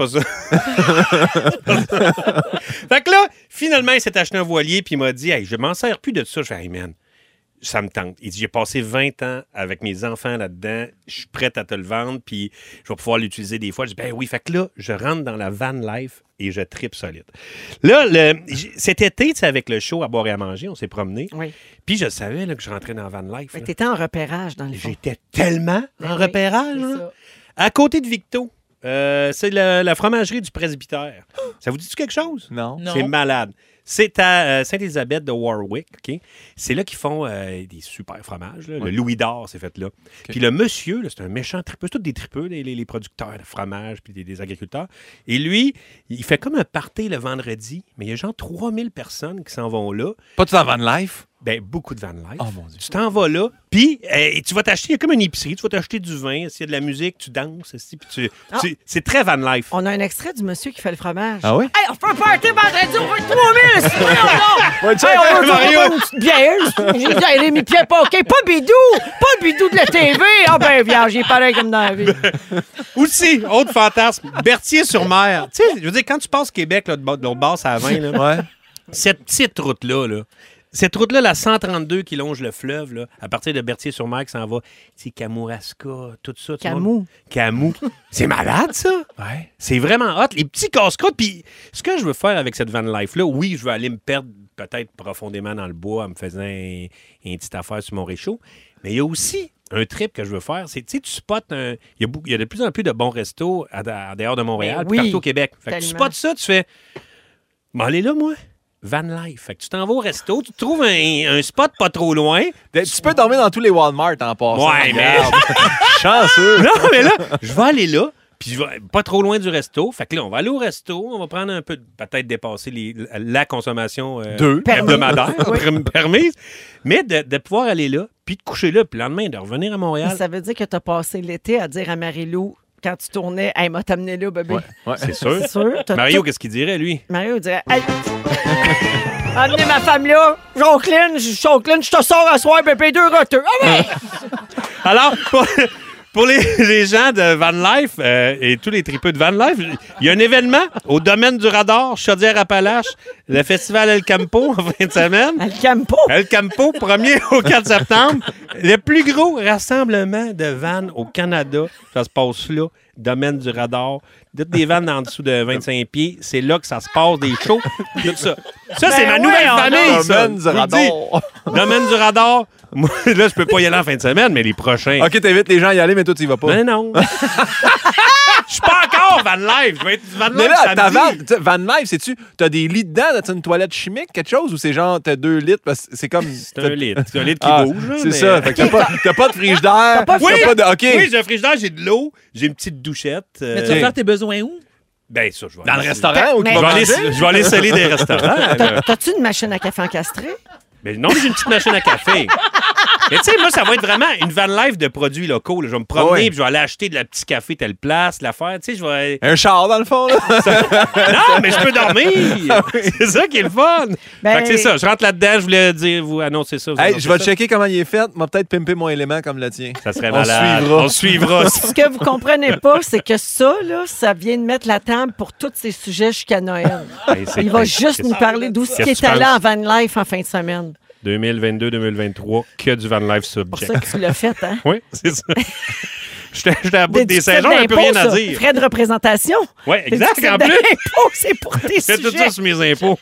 c'est pas ça. Fait que là, finalement, il s'est acheté un voilier, puis il m'a dit, hey, je m'en sers plus de ça. Je fais, hey, man, ça me tente. Il dit, j'ai passé vingt ans avec mes enfants là-dedans, je suis prête à te le vendre, puis je vais pouvoir l'utiliser des fois. Je dis, ben oui, fait que là, je rentre dans la van life et je tripe solide. Là, le, j- cet été, tu sais, avec le show à boire et à manger, on s'est promené, Oui. puis je savais là, que je rentrais dans la van life. Fait là. que t'étais en repérage, dans le fond. J'étais tellement Ben en oui, repérage. c'est là. ça. À côté de Victo, euh, c'est la, la fromagerie du presbytère. Ça vous dit quelque chose? Non. Non. C'est malade. C'est à euh, Sainte-Élisabeth de Warwick, OK? C'est là qu'ils font euh, des super fromages. là. Le Louis d'Or, c'est fait là. Puis le monsieur, là, c'est un méchant tripeux. C'est tous des tripeux, les, les- les producteurs de fromage puis des, des agriculteurs. Et lui, il fait comme un party le vendredi, mais il y a genre trois mille personnes qui s'en vont là. Pas tout en van life. Ben, beaucoup de van life. Oh, mon Dieu. Tu t'en vas là, puis euh, tu vas t'acheter, il y a comme une épicerie, tu vas t'acheter du vin, s'il y a de la musique, tu danses, aussi, puis tu, Ah. tu- c'est très van life. On a un extrait du monsieur qui fait le fromage. Ah oui? Hey, on fait un party vendredi, on veut trois mille! c'est vrai, non? Ouais, Hey, check, on veut Mario. pas une petite bière. J'ai dit, hey, Rémi Pierre Paquin, pas Bidou! Pas le Bidou de la T V! Ah ben, viens, j'ai pareil comme dans la vie. Aussi, autre fantasme, Berthier-sur-Mer. Tu sais, je veux dire, quand tu passes Québec, là, de l'autre bord, c'est à vingt, là, Ouais. cette petite route-là, là, cette route-là, la cent trente-deux qui longe le fleuve, là, à partir de Berthier-sur-Mer qui s'en va, c'est Kamouraska, tout ça. tu vois. Camou. Camou. C'est malade, ça. Ouais. C'est vraiment hot. Les petits casse-croûtes. Puis ce que je veux faire avec cette van life-là, oui, je veux aller me perdre peut-être profondément dans le bois en me faisant un, un petit affaire sur mon réchaud. Mais il y a aussi un trip que je veux faire. C'est, tu sais, tu spots un... Il y, a beaucoup- il y a de plus en plus de bons restos à, à dehors de Montréal, Ben puis oui, partout au Québec. Fait que tu tellement. spots ça, tu fais... Bon, allez là, moi. Van life. Fait que tu t'en vas au resto, tu trouves un, un spot pas trop loin. Tu peux dormir dans tous les Walmart en passant. Ouais, mais- Regarde. Chanceux. Non, mais là, je vais aller là. Puis je vais pas trop loin du resto. Fait que là, on va aller au resto. On va prendre un peu, de- peut-être dépasser les- la consommation euh, Deux. hebdomadaire Oui. perm- permise. Mais de, de pouvoir aller là, puis de coucher là, puis le lendemain, de revenir à Montréal. Ça veut dire que tu as passé l'été à dire à Marie-Lou, quand tu tournais, hey, m'a t'amené là, bébé. Ouais, ouais. C'est sûr. C'est sûr. t'as Mario, tout- qu'est-ce qu'il dirait, lui? Mario dirait, hey, amenez ma femme là, Jacqueline, Jacqueline, je te sors à soir, bébé, deux roteux. Ah ouais! Alors, pour, pour les, les gens de Van Life euh, et tous les tripeux de Van Life, il y a un événement au domaine du radar, Chaudière-Appalaches, le festival El Campo en fin de semaine. Elle calme pas. El Campo, premier au quatre septembre. Le plus gros rassemblement de vannes au Canada. Ça se passe là, domaine du radar. Toutes des vannes en dessous de vingt-cinq pieds. C'est là que ça se passe, des shows, tout ça. Ça, c'est ma Ben nouvelle oui, famille, ça. Domaine du Je vous le radar. dis. Domaine du radar. Moi, là, je peux pas y aller en fin de semaine, mais les prochains. OK, t'invites les gens à y aller, mais toi, tu y vas pas. Ben non. Je suis pas encore Van Life. Je vais être Van Life Mais là, ta samedi. van, tu sais, van life, sais-tu, t'as des lits dedans, t'as une toilette chimique, quelque chose, ou c'est genre, t'as deux litres, parce que c'est comme... C'est un litre. C'est un litre qui Ah, bouge. là, c'est mais- ça, fait que t'as pas, t'as pas de frigidaire, t'as Oui, pas de... OK. oui, j'ai un frigidaire, j'ai de l'eau, j'ai une petite douchette. euh, Mais tu vas faire tes besoins où? Ben, ça, je vais Dans le aller- restaurant, ou tu Mais- Je vas vais aller, manger? je vais aller sceller des restaurants. là. T'as- T'as-tu une machine à café encastrée? Mais non, mais j'ai une petite machine à café. Mais tu sais, moi, ça va être vraiment une van life de produits locaux. là. Je vais me promener, Ah ouais. puis je vais aller acheter de la petite café telle place, l'affaire. Tu sais, je vais... Un char, dans le fond, là. Non, mais je peux dormir. C'est ça qui est le fun. Ben- Fait que c'est ça. Je rentre là-dedans, je voulais dire, vous annoncer ça. vous Hey, annoncez je vais ça. checker comment il est fait. M'a peut-être pimper mon élément comme le tien. Ça serait On malade. suivra. On suivra. Ce que vous comprenez pas, c'est que ça, là, ça vient de mettre la table pour tous ces sujets jusqu'à Noël. Hey, c'est- Il va c'est- juste c'est- nous parler d'où ce Qu'est-ce qui que est tu allé en penses? van life en fin de semaine. deux mille vingt-deux deux mille vingt-trois, que du van life C'est pour subject. ça que tu l'as fait, hein? Oui, c'est ça. J'étais j'étais à bout des Déductible saisons, un peu d'impôt, rien à ça. dire. Frais de représentation. Oui, exact. Déductible En plus, d'impôt, c'est pour tes je fais tout sujets. ça sur mes impôts.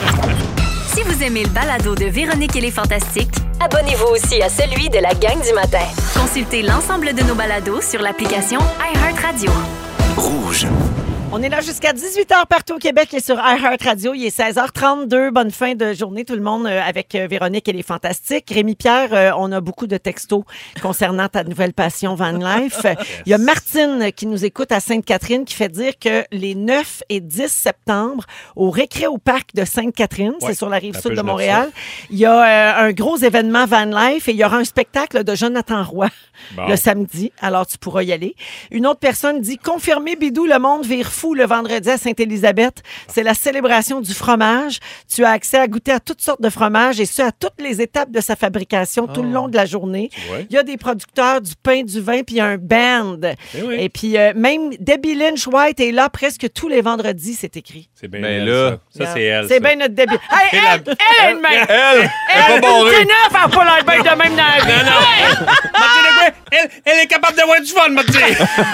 Si vous aimez le balado de Véronique et les Fantastiques, Abonnez-vous aussi à celui de la gang du matin. consultez l'ensemble de nos balados sur l'application iHeartRadio. Rouge. On est là jusqu'à dix-huit heures partout au Québec et sur iHeartRadio. Il est seize heures trente-deux. Bonne fin de journée, tout le monde, euh, avec euh, Véronique et les Fantastiques. Rémi-Pierre, euh, on a beaucoup de textos concernant ta nouvelle passion Van Life. Il y a Martine qui nous écoute à Sainte-Catherine qui fait dire que les neuf et dix septembre, au Récréoparc de Sainte-Catherine, Ouais, c'est sur la rive un sud peu, de je note Montréal, il y a euh, un gros événement Van Life et il y aura un spectacle de Jonathan Roy Bon. le samedi. Alors, tu pourras y aller. Une autre personne dit « Confirmé, Bidou, le monde vire fou le vendredi à Sainte-Élisabeth. C'est la célébration du fromage. Tu as accès à goûter à toutes sortes de fromages et ce, à toutes les étapes de sa fabrication tout le long de la journée. vois. Il y a des producteurs, du pain, du vin, puis il y a un band. Eh oui. Et puis, euh, même Debbie Lynch White est là presque tous les vendredis, c'est écrit. C'est bien Mais elle, là- ça. Ça, c'est elle. C'est ça. bien notre Debbie. Hey, Et elle, la- elle, elle, même. Elle, elle est pas Elle, barrée. c'est neuf, elle a pas l'air bête de même dans la vie. Non, non. Martine Leguay, elle, elle est capable d'avoir du fun, Martine.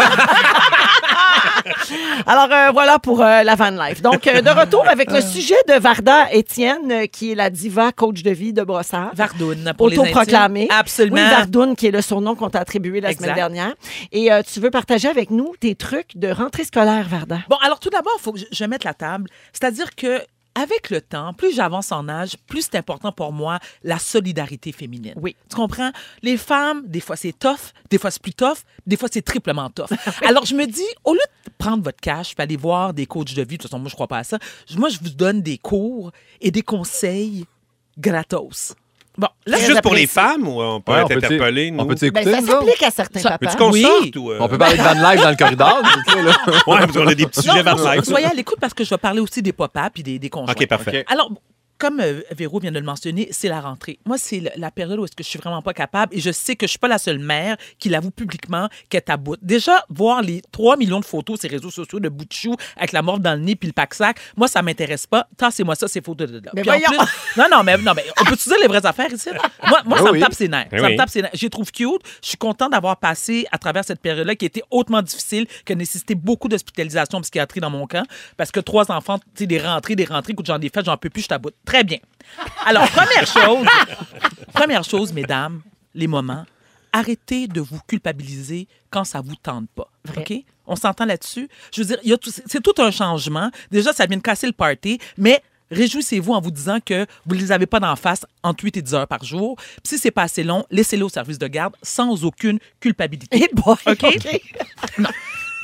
Alors, euh, voilà pour euh, la van life. Donc, euh, de retour avec le sujet de Varda Étienne, euh, qui est la diva coach de vie de Brossard. Vardoune, pour les Autoproclamée. intimes. Absolument. Oui, Vardoune, qui est le surnom qu'on t'a attribué la Exact. semaine dernière. Et euh, tu veux partager avec nous tes trucs de rentrée scolaire, Varda. Bon, alors tout d'abord, il faut que je, je mette la table. C'est-à-dire que avec le temps, plus j'avance en âge, plus c'est important pour moi la solidarité féminine. Oui. Tu comprends? Les femmes, des fois c'est tough, des fois c'est plus tough, des fois c'est triplement tough. Alors je me dis, au lieu de prendre votre cash et aller voir des coachs de vie, de toute façon, moi je crois pas à ça, moi je vous donne des cours et des conseils gratos. Bon, là, C'est Très juste pour les apprécié. femmes ou on peut Ouais, être on peut-tu- interpellé, nous? On peut Ben, t'écouter, ça nous autres? s'applique à certains Ça- Veux-tu papas. qu'on Oui. sorte ou... euh? On peut parler de van life dans le corridor. s'il vous plaît, là. Ouais, parce qu'on a des petits non, sujets van so- life. soyez à l'écoute parce que je vais parler aussi des papas puis des, des conjoints. OK, parfait. OK. Alors, comme euh, Véro vient de le mentionner, c'est la rentrée. Moi, c'est le- la période où est-ce que je suis vraiment pas capable et je sais que je suis pas la seule mère qui l'avoue publiquement qu'elle est à bout. Déjà, voir les trois millions de photos sur les réseaux sociaux de bout de chou avec la morve dans le nez puis le pack-sac, moi, ça m'intéresse pas. Tassez-moi ça, ces photos de là. Mais Puis en voyons! plus- non, non, mais, non, mais on peut-tu dire les vraies affaires ici? Moi, moi Oui, ça oui. me tape ses nerfs. Oui, Ça oui. me tape ses nerfs. Je les trouve cute. Je suis content d'avoir passé à travers cette période-là qui était hautement difficile, qui a nécessité beaucoup d'hospitalisation en psychiatrie dans mon camp, parce que trois enfants, tu sais, des rentrées, des rentrées, écoute, j'en ai fait, j'en peux plus, je t'aboute. Très bien. Alors, première chose, première chose, mesdames, les moments, arrêtez de vous culpabiliser quand ça vous tente pas. Vrai. OK? On s'entend là-dessus? Je veux dire, il y a tout- c'est tout un changement. Déjà, ça vient de casser le party, mais réjouissez-vous en vous disant que vous ne les avez pas d'en face entre huit et dix heures par jour. Puis si c'est pas assez long, laissez-les au service de garde sans aucune culpabilité. Eh boy, OK? OK.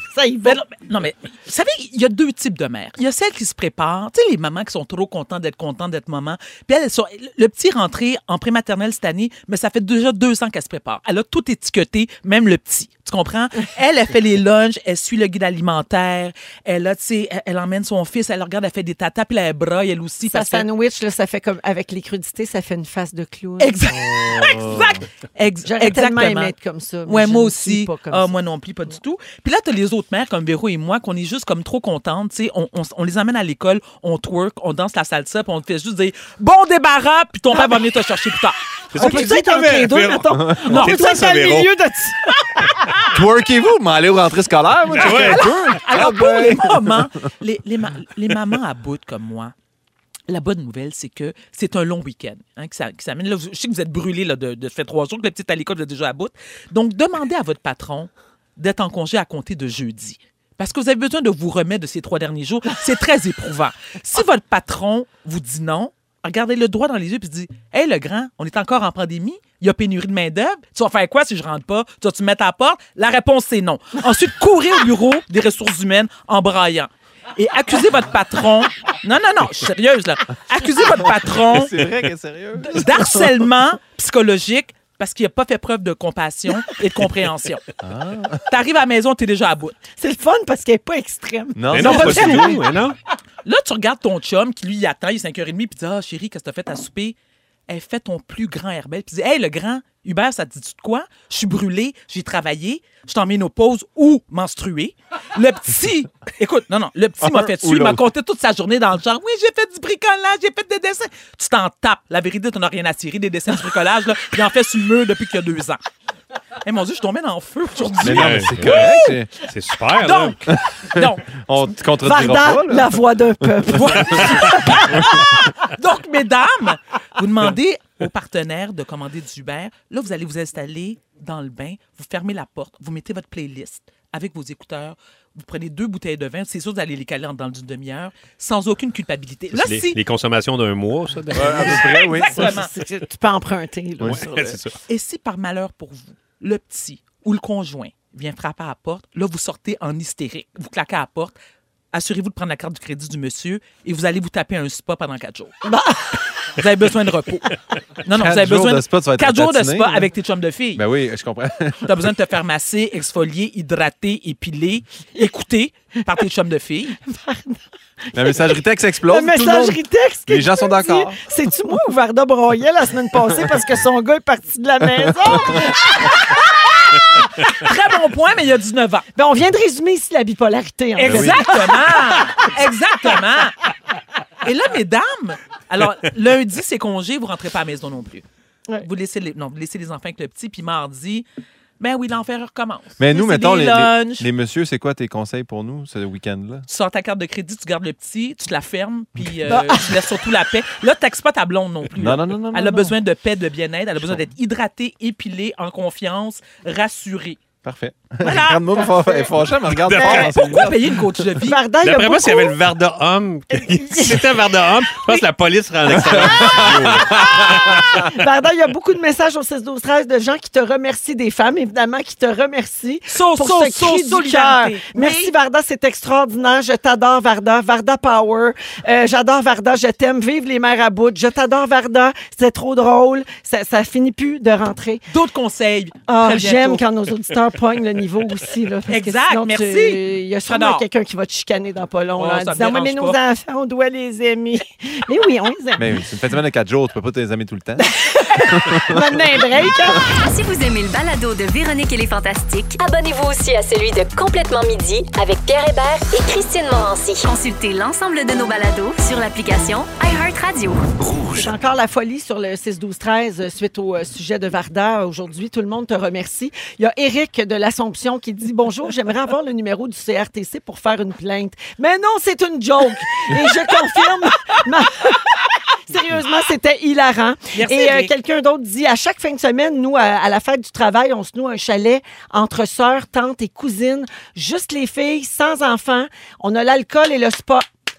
Ça y va. Ben non, mais- non, mais vous savez, il y a deux types de mères. Il y a celles qui se préparent, tu sais, les mamans qui sont trop contentes d'être contentes d'être maman. Puis elles, elles sont, le petit est rentré en prématernelle cette année, mais ça fait déjà deux ans qu'elle se prépare. Elle a tout étiqueté, même le petit. Tu comprends? Elle, elle fait les lunchs, elle suit le guide alimentaire, elle a, tu sais, elle, elle emmène son fils, elle le regarde, elle fait des tatas, puis là, elle braille, elle aussi. Sa parce que- sandwich, là, ça fait comme avec les crudités, ça fait une face de clown. Exact. exact. Ex- J'aurais tellement exactement. aimé être comme ça. mais Ouais, je moi ne aussi. suis pas comme Ah, ça. moi non plus, pas du tout. Puis là, t'as les autres mères comme Véro et moi, qu'on est juste comme trop contentes. Tu sais, on, on, on les amène à l'école, on twerk, on danse la salsa, puis on te fait juste dire bon débarras, puis ton père va venir te chercher plus tard. C'est On ça peut qu'il dit, être entre toi, les deux, Véro. mettons. Non, On c'est peut toi, être ça, dans le Véro. milieu de ça. Twerkez-vous, mais allez aux rentrées scolaires, moi, checker un peu. Alors, Ah, pour ben. les mamans, les, les, ma- les mamans à bout comme moi, la bonne nouvelle, c'est que c'est un long week-end hein, qui s'a- qui s'amène. Là, je sais que vous êtes brûlés là, de, de ça fait trois jours que le petit à l'école est déjà à bout. Donc, demandez à votre patron d'être en congé à compter de jeudi. Parce que vous avez besoin de vous remettre de ces trois derniers jours. C'est très éprouvant. Si votre patron vous dit non, regardez-le droit dans les yeux et dit « Hey, le grand, on est encore en pandémie. Il y a pénurie de main-d'œuvre. Tu vas faire quoi si je rentre pas? Tu vas-tu me mettre à la porte? » La réponse, c'est non. Ensuite, courez au bureau des ressources humaines en braillant. Et accusez votre patron. Non, non, non, je suis sérieuse, là. Accusez votre patron C'est vrai qu'elle est sérieuse. d'harcèlement psychologique parce qu'il n'a pas fait preuve de compassion et de compréhension. T'arrives à la maison, t'es déjà à bout. C'est le fun parce qu'elle n'est pas extrême. Non, Mais non, non, pas pas du du tout. tout. mais non. Là, tu regardes ton chum qui, lui, il attend, il est cinq heures trente, puis tu dis « Ah, chérie, qu'est-ce que t'as fait à souper? » Elle fait ton plus grand herbel, puis dit « Hey, le grand, Hubert, ça te dit-tu de quoi? Je suis brûlé, j'ai travaillé, je t'en ménopause ou menstrué. » Le petit, écoute, non, non, le petit m'a Un fait ou dessus, il m'a l'autre. compté toute sa journée dans le genre « Oui, j'ai fait du bricolage, j'ai fait des dessins. » Tu t'en tapes. La vérité, t'en as rien à tirer des dessins de bricolage, là. Il en fait sur le mur depuis qu'il y a deux ans. Eh mon Dieu, je suis tombée dans le feu aujourd'hui. Mais non, mais Ouais. c'est correct. c'est- C'est super, là. Donc, donc, On te contredira Varda, pas, là. la voix d'un peuple. Donc, mesdames, vous demandez au partenaire de commander du Uber. Là, vous allez vous installer dans le bain, vous fermez la porte, vous mettez votre playlist avec vos écouteurs, vous prenez deux bouteilles de vin, c'est sûr que vous allez les caler en dans une demi-heure, sans aucune culpabilité. Là, les, si... les consommations d'un mois, ça. Ouais, à peu près, oui. Exactement. C'est- c'est- Tu peux emprunter. Là, Ouais, sur le- c'est ça. Et si par malheur pour vous, le petit ou le conjoint vient frapper à la porte, là, vous sortez en hystérique, vous claquez à la porte, assurez-vous de prendre la carte du crédit du monsieur et vous allez vous taper un spa pendant quatre jours. Vous avez besoin de repos. Non, non, Quatre vous avez jours besoin de spa, tu vas être quatre jours de ratatiné, spa là. avec tes chums de filles. Ben oui, je comprends. Tu as besoin de te faire masser, exfolier, hydrater, épiler, écouter par tes chums de filles. La messagerie texte explose. Le tout le monde- messagerie texte. que Les gens tu sont me d'accord. dis, c'est-tu moi ou Varda broyait la semaine passée parce que son gars est parti de la maison? Très bon point, mais il y a dix-neuf ans. Ben, on vient de résumer ici la bipolarité. En fait. Exactement! Exactement! Et là, mesdames, alors, lundi, c'est congé, vous rentrez pas à la maison non plus. Ouais. Vous laissez les, non, vous laissez les enfants avec le petit, puis mardi, ben oui, l'enfer recommence. Mais nous, C'est mettons, des les, les, lunchs. les messieurs, c'est quoi tes conseils pour nous ce week-end-là? Tu sors ta carte de crédit, tu gardes le petit, tu te la fermes, puis euh, tu laisses surtout la paix. Là, tu taxes pas ta blonde non plus. Non, là. non, non, non. Elle non, a non. besoin de paix, de bien-être. Elle a besoin d'être hydratée, épilée, en confiance, rassurée. Parfait. Voilà. Regarde-moi, il faut faire fâché, mais regarde Ben, fort dans ses Pourquoi lunettes. payer une coach de vie? Varda, il y a D'après moi, s'il y beaucoup- avait le Varda homme, si c'était un Varda homme, je pense que la police serait en l'extérieur. Varda, il y a beaucoup de messages au six douze treize de gens qui te remercient, des femmes, évidemment, qui te remercient So, pour so, ce so, cri du cœur. solidarité. Merci, Oui. Varda, c'est extraordinaire. Je t'adore, Varda. Varda Power. Euh, J'adore Varda, je t'aime. Vive les mères à bout. Je t'adore, Varda. C'est trop drôle. Ça, ça finit plus de rentrer. D'autres conseils. Ah, Très j'aime bientôt. quand nos auditeurs pognent le niveau aussi. Là, parce que Exact, sinon, tu- merci. Il y a sûrement J'adore. quelqu'un qui va te chicaner dans pas long Oh, là, ça en me disant ouais, mais dérange nos pas. enfants, on doit les aimer. Mais oui, on les aime. Mais oui, c'est une fin de semaine de quatre jours, tu peux pas te les aimer tout le temps. Maintenant, un break. hein? Si vous aimez le balado de Véronique et les Fantastiques, Abonnez-vous aussi à celui de Complètement Midi avec Pierre Hébert et Christine Morancy. consultez l'ensemble de nos balados sur l'application iHeartRadio. C'est encore la folie sur le six douze treize euh, suite au euh, sujet de Varda. Aujourd'hui, tout le monde te remercie. Il y a Éric de l'Assomption qui dit « Bonjour, j'aimerais avoir le numéro du C R T C pour faire une plainte. » Mais non, c'est une joke. Et je confirme... ma- Sérieusement, c'était hilarant. Merci, Et euh, Éric. quelqu'un d'autre dit, à chaque fin de semaine, nous, à, à la fête du travail, on se noue un chalet entre sœurs, tantes et cousines, juste les filles, sans enfants. On a l'alcool et le spa.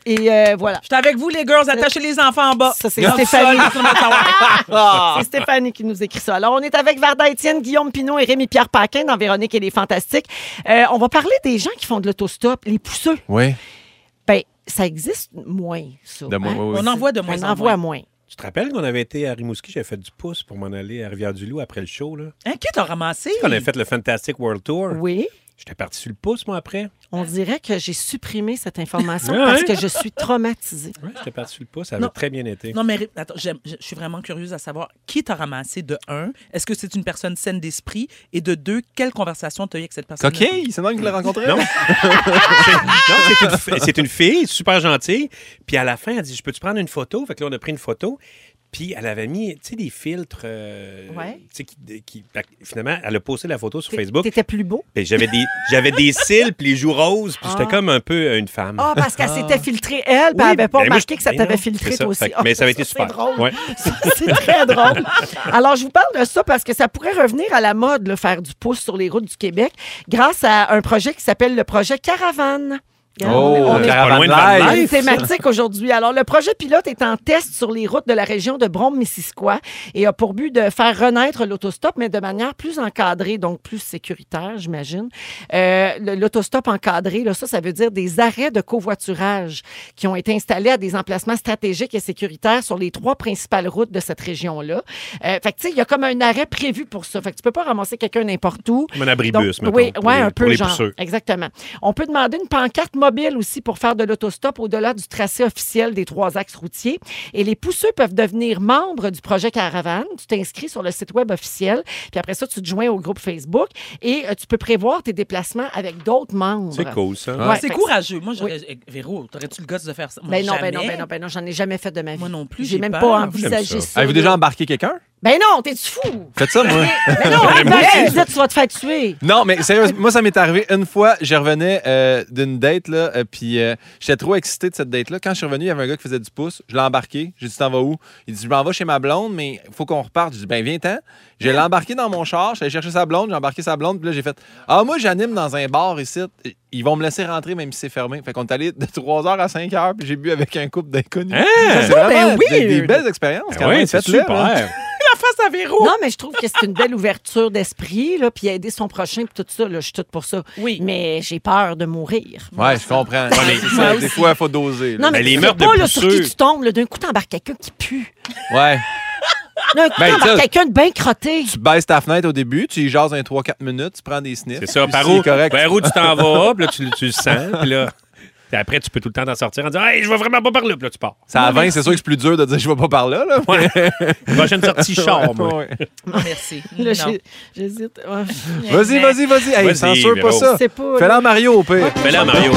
Et euh, voilà. Je suis avec vous, les girls. Attachez les enfants en bas. Ça, c'est Dans le Stéphanie. sol, personne ne va savoir. C'est Stéphanie qui nous écrit ça. Alors, on est avec Varda Étienne, Guillaume Pinot et Rémi-Pierre Paquin dans Véronique et les Fantastiques. Euh, on va parler des gens qui font de l'autostop, les pousseux. Oui. Ben, ça existe moins, ça. De moins, hein? oui, oui. On en voit de moins On en en voit moins. moins. Tu te rappelles qu'on avait été à Rimouski, j'avais fait du pouce pour m'en aller à Rivière-du-Loup après le show, là? Hein, qui t'a ramassé? On avait fait le Fantastic World Tour. Oui. J'étais parti sur le pouce, moi, après. On dirait que j'ai supprimé cette information Ouais. parce que je suis traumatisée. Ouais, j'étais parti sur le pouce. Ça avait Non. très bien été. Non, mais ré- attends, j'aime- je je suis vraiment curieuse à savoir qui t'a ramassé de un. Est-ce que c'est une personne saine d'esprit? Et de deux, quelle conversation t'as eu avec cette personne? Coquille, c'est moi qui l'ai rencontré. Non. C'est- non, c'est une, fi- c'est une fille super gentille. Puis à la fin, elle dit, je peux-tu prendre une photo? Fait que là, on a pris une photo. Puis elle avait mis, tu sais, des filtres. euh, Ouais. tu sais, qui, qui- fait que finalement, elle a posté la photo sur Facebook. T'étais plus beau? Puis j'avais des, j'avais des cils, puis les joues roses. Puis Ah. j'étais comme un peu euh, une femme. Ah, parce qu'elle s'était filtrée, elle, puis Oui, elle n'avait pas ben moi, remarqué je- que ça ben t'avait non, filtré, c'est ça. toi aussi. Fait que- Ah, mais ça avait été c'est super. drôle. Ouais. Ça, c'est très drôle. Alors, je vous parle de ça parce que ça pourrait revenir à la mode, là, faire du pouce sur les routes du Québec, grâce à un projet qui s'appelle le projet Caravane. Regarde, Oh, on est- on est- Pas loin de Caravane Van Life. Il y a une Life. thématique aujourd'hui. Alors, le projet pilote est en test sur les routes de la région de Brome-Missisquoi et a pour but de faire renaître l'autostop, mais de manière plus encadrée, donc plus sécuritaire, j'imagine. Euh, le- l'autostop encadré, là, ça, ça veut dire des arrêts de covoiturage qui ont été installés à des emplacements stratégiques et sécuritaires sur les trois principales routes de cette région-là. Euh, fait que, tu sais, il y a comme un arrêt prévu pour ça. Fait que tu peux pas ramasser quelqu'un n'importe où. Comme un abribus, Donc, mettons, oui, pour ouais, les- un pour peu les genre. pousseux. Exactement. On peut demander une pancarte mobile aussi pour faire de l'autostop au-delà du tracé officiel des trois axes routiers. Et les pousseux peuvent devenir membres du projet Caravane. Tu t'inscris sur le site web officiel, puis après ça, tu te joins au groupe Facebook et euh, tu peux prévoir tes déplacements avec d'autres membres. C'est cool, ça. Ouais, C'est fait que- courageux. Moi, j'aurais... eh, Véro, t'aurais-tu le gosse de faire ça? Moi, Ben non, ben jamais. non, ben non, ben non, j'en ai jamais fait de ma vie. Moi non plus, J'ai j'ai même peur. pas J'aime envisagé ça. ça. Avez-vous là. déjà embarqué quelqu'un? Ben non, t'es-tu fou? Faites ça, moi. Mais non, ben, tu disais, tu vas te faire tuer. Non, mais sérieusement, moi, ça m'est arrivé une fois. Je revenais euh, d'une date, là, euh, puis euh, j'étais trop excité de cette date-là. Quand je suis revenu, il y avait un gars qui faisait du pouce. Je l'ai embarqué. J'ai dit, t'en vas où? Il dit, je m'en vais chez ma blonde, mais il faut qu'on reparte. J'ai dit, ben, viens-t'en. Je l'ai embarqué dans mon char. J'allais chercher sa blonde. J'ai embarqué sa blonde. Puis là, j'ai fait, ah, moi, j'anime dans un bar ici. Ils vont me laisser rentrer même si c'est fermé. Fait qu'on est allé de trois heures à cinq heures, puis j'ai bu avec un couple d'inconnus. Hein? Ça, c'est vraiment ben des, des weird. belles expériences. quand Oui, même. c'est Faites-le, super. là. La face à Véro! Non, mais je trouve que c'est une belle ouverture d'esprit, là, puis aider son prochain, puis tout ça, là, je suis toute pour ça. Oui. Mais j'ai peur de mourir. Ouais, je comprends. mais- C'est ça, des fois, il faut doser. là. Non, mais, Mais les tu sais meurtres pas de là, sur pousseux. qui tu tombes. là, D'un coup, t'embarques quelqu'un qui pue. Ouais. D'un coup, Ben, t'embarques ça- quelqu'un de bien crotté. Tu baisses ta fenêtre au début, tu y jases un trois quatre minutes, tu prends des sniffs. C'est ça. Puis Par c'est où, correct. par où tu t'en vas, puis là, tu, tu le sens, puis là... puis après, tu peux tout le temps t'en sortir en disant « Hey, je vais vraiment pas par là », puis là, tu pars. Ça à vingt, c'est sûr que c'est plus dur de dire je vais pas par là. là. Ouais. Prochaine sortie char, moi. Ouais. Non, merci. Là, Non. j'ai- j'hésite. Ouais. Vas-y, vas-y, vas-y. Hey, Vas-y, censure pas Véro. ça. C'est pas. Fais-le en Mario au pire. Mais là, Mario.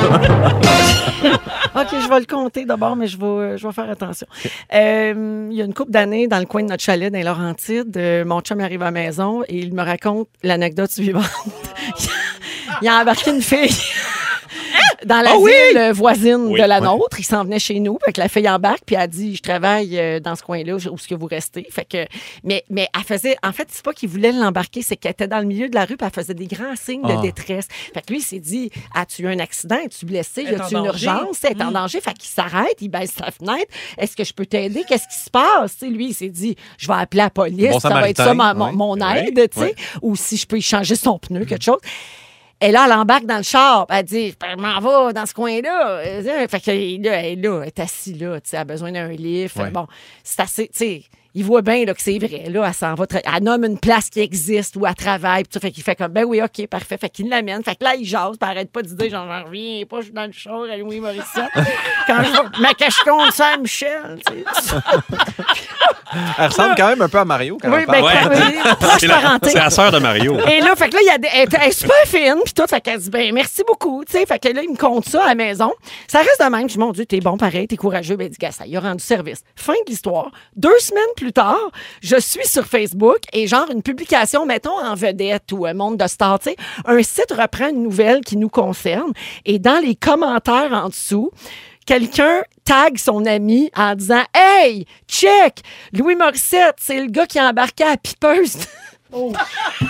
OK, je vais le compter d'abord, mais je vais, euh, je vais faire attention. Euh, il y a une couple d'années, dans le coin de notre chalet, dans les Laurentides, euh, mon chum arrive à la maison et il me raconte l'anecdote suivante. Il a embarqué une fille dans la Ah oui? ville voisine Oui, de la oui. nôtre. Il s'en venait chez nous. Fait que la fille embarque, puis elle dit, je travaille euh, dans ce coin-là, où est-ce que vous restez. Fait que, mais, mais elle faisait, en fait, c'est pas qu'il voulait l'embarquer, c'est qu'elle était dans le milieu de la rue, puis elle faisait des grands signes Ah. de détresse. Fait que lui, il s'est dit, as-tu eu un accident? Es-tu blessé? Elle est Y a-tu en une danger. urgence? Elle est en Mm. danger. Fait qu'il s'arrête, il baisse sa fenêtre. Est-ce que je peux t'aider? Qu'est-ce qui se passe? Tu sais, lui, il s'est dit, je vais appeler la police. Bon ça va être ça, Samaritain, ma- mon, ouais. mon Ouais, aide, tu sais. ouais. Ou si je peux y changer son pneu, quelque chose. Et là, elle embarque dans le char. Elle dit, je m'en vais dans ce coin-là. Euh, Fait que là, elle, là, elle est assise là. Tu sais, elle a besoin d'un livre. Fait que Ouais. Bon, c'est assez. Tu sais, il voit bien là, que c'est vrai. Là, elle s'en va. tra- Elle nomme une place qui existe où elle travaille. Puis tout. Fait qu'il fait comme, ben oui, OK, parfait. Fait qu'il l'amène. Fait que là, il jase. Puis elle arrête pas de dire, genre, j'en reviens pas, je suis dans le char à Louis Morissette. Quand je vais- ma cache-compte, c'est à Michel. Tu sais. Elle ressemble quand même un peu à Mario quand Oui, elle ben, parle. Ouais. oui, proche C'est la, parenté. c'est la sœur de Mario. Et là, fait que là, il y a des, elle, est- elle est super fine, puis tout. Fait qu'elle dit, ben, merci beaucoup, tu sais. Fait que là, il me compte ça à la maison. Ça reste de même. Je dis, mon Dieu, t'es bon, pareil, t'es courageux. Ben, il dit, gars, ça, il a rendu service. Fin de l'histoire. Deux semaines plus tard, je suis sur Facebook et genre une publication, mettons, en vedette ou un monde de stars, tu sais. Un site reprend une nouvelle qui nous concerne et dans les commentaires en dessous, quelqu'un tag son ami en disant « Hey, check! Louis Morissette, c'est le gars qui a embarqué à la pipeuse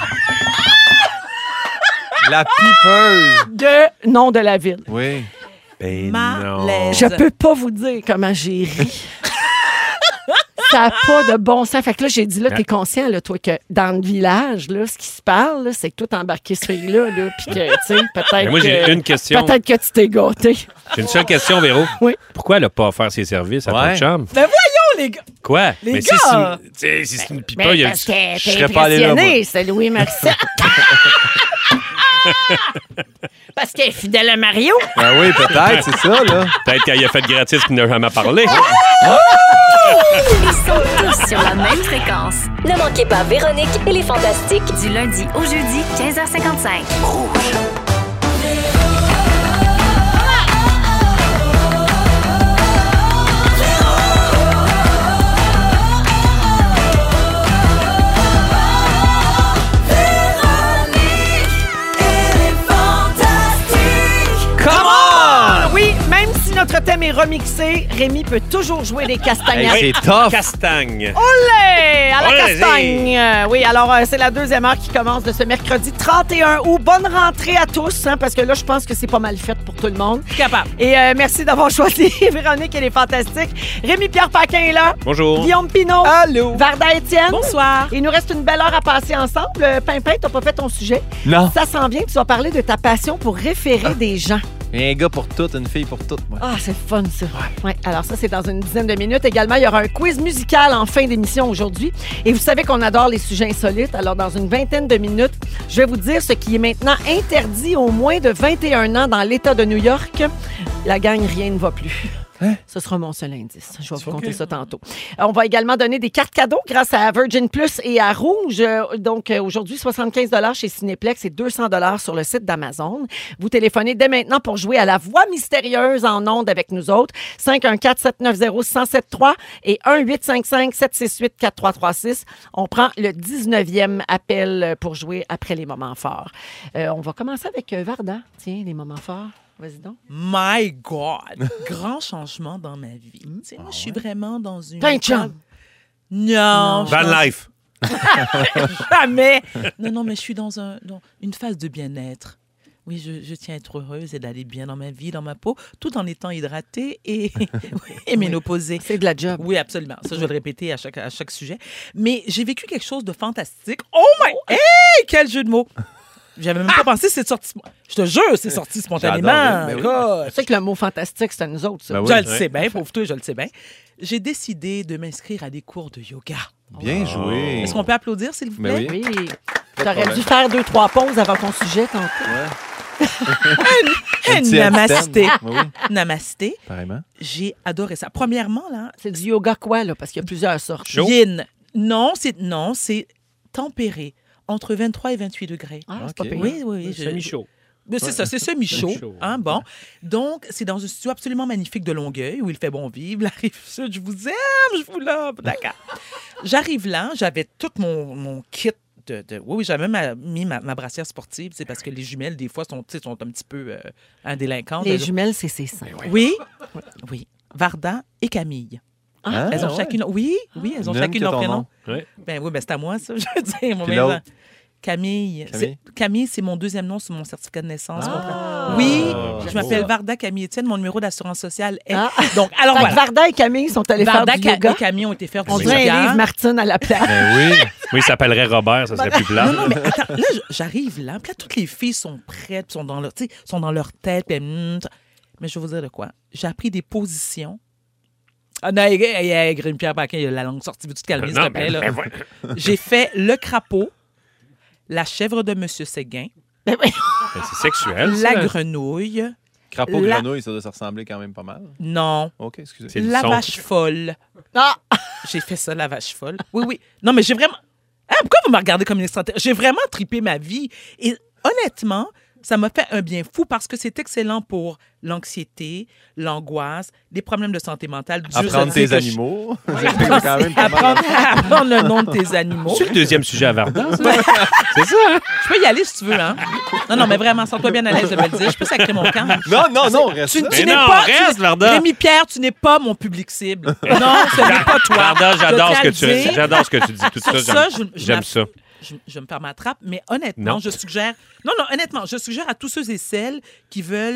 La pipeuse. de nom de la ville. » Oui. Ben non. Malaise. Je peux pas vous dire comment j'ai ri. Ça n'a pas de bon sens. Fait que là, j'ai dit, là, t'es conscient, là, toi, que dans le village, là, ce qui se parle, là, c'est que toi, t'es embarqué ce fille-là, là, puis que, tu sais, peut-être Mais moi, j'ai que- une question. Peut-être que tu t'es gâté. J'ai une seule question, Véro. Oui. Pourquoi elle n'a pas offert ses services à Ouais. ton chum? Ben voyons, les gars. Quoi? Les Mais gars! si c'est une- tu sais, si c'est une pipa, Mais il y a parce que t'es je serais pas allé là, impressionné, moi. c'est Louis Morissette. Parce qu'elle est fidèle à Mario. Ben oui, peut-être, c'est ça, là. peut-être qu'elle y a fait gratis qu'il n'a jamais parlé. Ils sont tous sur la même fréquence. Ne manquez pas Véronique et les Fantastiques. Du lundi au jeudi, quinze heures cinquante-cinq. Come on! Oui, même si notre thème est remixé, Rémi peut toujours jouer les castagnettes. Hey, c'est tough. Castagne. Olé! À la Olé! castagne! Euh, Oui, alors euh, c'est la deuxième heure qui commence de ce mercredi trente et un août. Bonne rentrée à tous, hein, parce que là, je pense que c'est pas mal fait pour tout le monde. Capable. Et euh, merci d'avoir choisi Véronique, elle est fantastique. Rémi-Pierre Paquin est là. Bonjour. Guillaume Pinot. Allô? Varda Étienne. Bonsoir. Il nous reste une belle heure à passer ensemble. Euh, Pimpin, t'as pas fait ton sujet. Non. Ça s'en vient, tu vas parler de ta passion pour référer des gens. Un gars pour toutes, une fille pour toutes, moi. Ah, c'est fun, ça. Ouais. Alors, ça, c'est dans une dizaine de minutes. Également, il y aura un quiz musical en fin d'émission aujourd'hui. Et vous savez qu'on adore les sujets insolites. Alors, dans une vingtaine de minutes, je vais vous dire ce qui est maintenant interdit aux moins de vingt et un ans dans l'État de New York. La gang, rien ne va plus. Ce sera mon seul indice. Je vais vous compter ça tantôt. Euh, On va également donner des cartes cadeaux grâce à Virgin Plus et à Rouge. Euh, Donc, euh, aujourd'hui, soixante-quinze dollars chez Cinéplex et deux cents dollars sur le site d'Amazon. Vous téléphonez dès maintenant pour jouer à la voix mystérieuse en ondes avec nous autres. cinq un quatre, sept neuf zéro, un zéro sept trois et un huit cinq cinq, sept six huit, quatre trois trois six. On prend le dix-neuvième appel pour jouer après les moments forts. Euh, on va commencer avec euh, Varda. Tiens, les moments forts. Vas-y donc. My God! Grand changement dans ma vie. Tu sais, moi, je suis vraiment dans une... T'as un chum? Non. je suis Van dans- Life. Jamais! Non, non, mais je suis dans, un, dans une phase de bien-être. Oui, je, je tiens à être heureuse et d'aller bien dans ma vie, dans ma peau, tout en étant hydratée et, et ménopausée. C'est de la job. Oui, absolument. Ça, je vais le répéter à chaque, à chaque sujet. Mais j'ai vécu quelque chose de fantastique. Oh my... Hey! Quel jeu de mots! J'avais même pas pensé que c'est sorti... Je te jure, c'est sorti spontanément. J'adore, oui. Ben oui. God. Tu sais que le mot fantastique, c'est à nous autres, ça. Ben oui. Je le Ouais. sais bien, pauvre toi, je le sais bien. J'ai décidé de m'inscrire à des cours de yoga. Bien joué. Est-ce qu'on peut applaudir, s'il vous Ben plaît? oui. Oui. T'aurais dû faire deux, trois pauses avant ton sujet tantôt. Hey, petit namasté. handstand. Oui, oui, Namasté. pareillement. J'ai adoré ça. Premièrement, là, C'est du yoga quoi, là? Parce qu'il y a plusieurs sortes. Chaud. yin. Non, c'est non, c'est tempéré. Entre vingt-trois et vingt-huit degrés. Ah, c'est Ok. pas pire. Oui, oui, oui. je- Semi-chaud. Mais c'est ça, c'est semi-chaud. Semi-chaud. Hein, bon. Donc, c'est dans un studio absolument magnifique de Longueuil où il fait bon vivre. La rive sud, je vous aime, je vous love. D'accord. J'arrive là, j'avais tout mon, mon kit de, de- Oui, oui, j'avais même mis ma, ma brassière sportive, c'est parce que les jumelles, des fois, sont, tu sais, sont un petit peu euh, indélinquantes. Les Elles- jumelles, c'est ses seins. Oui, oui. Varda et Camille. Ah, Elles ont ouais. chacune. Oui, oui, elles ont Même chacune que leur ton prénom. nom. Ouais. Ben oui, ben c'est à moi, ça, je veux dire. Mon Puis maison. l'autre? Camille. Camille? C'est- Camille, c'est mon deuxième nom sur mon certificat de naissance. Ah. comprends? Oui, Ah, je beau. m'appelle Varda Camille Étienne. Mon numéro d'assurance sociale est. Ah. Donc, alors Fait que voilà. Varda et Camille sont allés Varda faire du Ca- yoga. et Camille ont été faire du On yoga. dirait un livre Martine à la place. Ben oui. Oui, il s'appellerait Robert, ça serait plus plat. Non, non, mais attends, là, j- j'arrive là, puis là, toutes les filles sont prêtes, sont dans leur, tu sais, sont dans leur tête, puis hum, ça. Mais je vais vous dire de quoi. J'ai appris des positions. Ah non, hey, hey, hey, Grimpe-Pierre Paquin, il a la langue sortie. Veux-tu te calmer, s'il te Non, plaît? mais- là? mais ouais. J'ai fait le crapaud, la chèvre de Monsieur Séguin, Ben, c'est sexuel. ça. la grenouille, Crapaud La- grenouille, ça doit se ressembler quand même pas mal. non, OK, excusez. C'est le la son. vache folle. Ah! J'ai fait ça, la vache folle. Oui, oui. Non, mais j'ai vraiment... Hein, pourquoi vous me regardez comme une extraterrestre? J'ai vraiment tripé ma vie. Et honnêtement, ça m'a fait un bien fou parce que c'est excellent pour l'anxiété, l'angoisse, les problèmes de santé mentale. Dieu Apprendre sait tes que je- animaux. C'est quand même pas mal. Apprendre, apprendre le nom de tes animaux. C'est le deuxième sujet à Varda, ça? C'est ça, hein? Je peux y aller si tu veux, hein? Non, non, mais vraiment, sens-toi bien à l'aise de me le dire. Je peux sacrer mon camp. Non, non, non, reste Tu, là. tu Mais n'es non, pas... tu reste, n'es- Varda. Rémi-Pierre, tu n'es pas mon public cible. Non, ce n'est pas toi. Varda, Je j'adore ce tiens que à le tu dire. j'adore ce que tu dis. Tout Sur ça, ça, j'aime- je- je j'aime m'app- ça. Je, je me perds ma trappe, mais honnêtement, Non. je suggère... Non, non, honnêtement, je suggère à tous ceux et celles qui veulent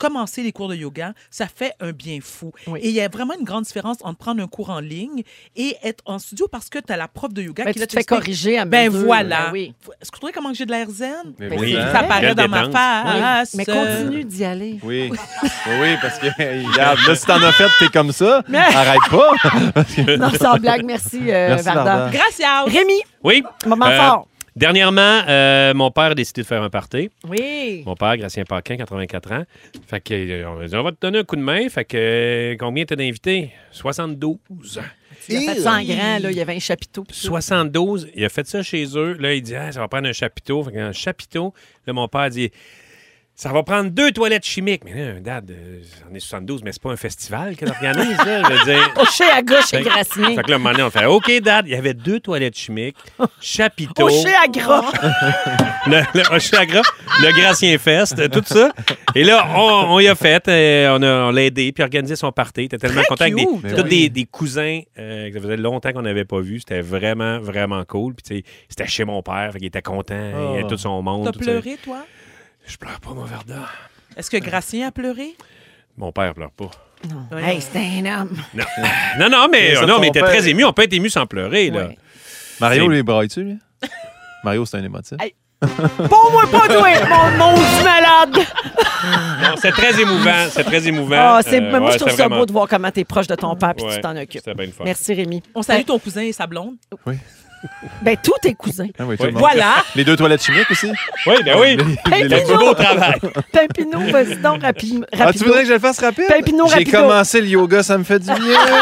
commencer les cours de yoga, ça fait un bien fou. Oui. Et il y a vraiment une grande différence entre prendre un cours en ligne et être en studio parce que tu as la prof de yoga Ben, qui tu là, te fais t'explique. corriger à Ben mesure. voilà. Ben oui. Est-ce que tu trouves comment j'ai de l'air zen? Mais Ben, oui, c'est hein? Ça paraît Quelle dans ma détente. face. Mais continue d'y aller. Oui. oui, oui, parce que, regarde, là, si t'en as fait, t'es comme ça, arrête pas. Non, sans blague. Merci, euh, Merci, Varda. Varda. Gracias. Rémi, Oui. moment Euh, fort. Dernièrement, euh, mon père a décidé de faire un party. Oui. Mon père, Gracien Paquin, quatre-vingt-quatre ans. Fait que, euh, on a dit, on va te donner un coup de main. Fait que, euh, combien t'as d'invités? soixante-douze. Il a fait ça en grand, là. Il y avait un chapiteau. puis tout. soixante-douze. Il a fait ça chez eux. Là, il dit, ah, ça va prendre un chapiteau. Fait qu'un chapiteau, là, mon père dit, ça va prendre deux toilettes chimiques. Mais là, dad, euh, on est soixante-douze, mais c'est pas un festival que t'organises, là. Je veux dire. Hocher à gauche et Fait- Gracien. Fait que là, à un moment donné, on fait, OK, dad, il y avait deux toilettes chimiques, chapiteau. Hocher à gras. le, le Hocher à gras, le Gracien Fest, euh, tout ça. Et là, on, on y a fait, euh, on, a, on l'a aidé, puis organisé son party. Il était tellement Très content avec des, cute. tous Oui. des, des cousins euh, que ça faisait longtemps qu'on n'avait pas vus. C'était vraiment, vraiment cool. Puis, tu sais, c'était chez mon père, fait qu'il était content. Il avait tout son monde. T'as tout ça. pleuré, toi? Je pleure pas, mon Verda. Est-ce que Gracien a pleuré? Mon père pleure pas. Non. Hey, c'est un homme. Non, non, non, mais, Mais ça, non, ton mais il était père- très ému. On peut être ému sans pleurer, là. Ouais. Mario, C'est- lui, braille-tu, lui? Mario, c'est un émotif. Hey. Pas moi, pas toi, mon, mon petit malade. Non, c'est très émouvant. C'est très émouvant. Ah, c'est, Euh, moi, ouais, je trouve c'est ça vraiment- beau de voir comment tu es proche de ton père et Ouais, tu t'en occupes. C'était bien le fun. Merci, Rémi. On salue ton cousin et sa blonde. Ben, tous tes cousins. Ah oui, tout Oui. le monde. Voilà. Les deux toilettes chimiques aussi? Oui, ben oui. Les- les- C'est un beau travail. Pimpino, vas-y donc, rapide, Ah, tu rapido. voudrais que je le fasse rapide? Pimpino, J'ai rapido. commencé le yoga, ça me fait du bien.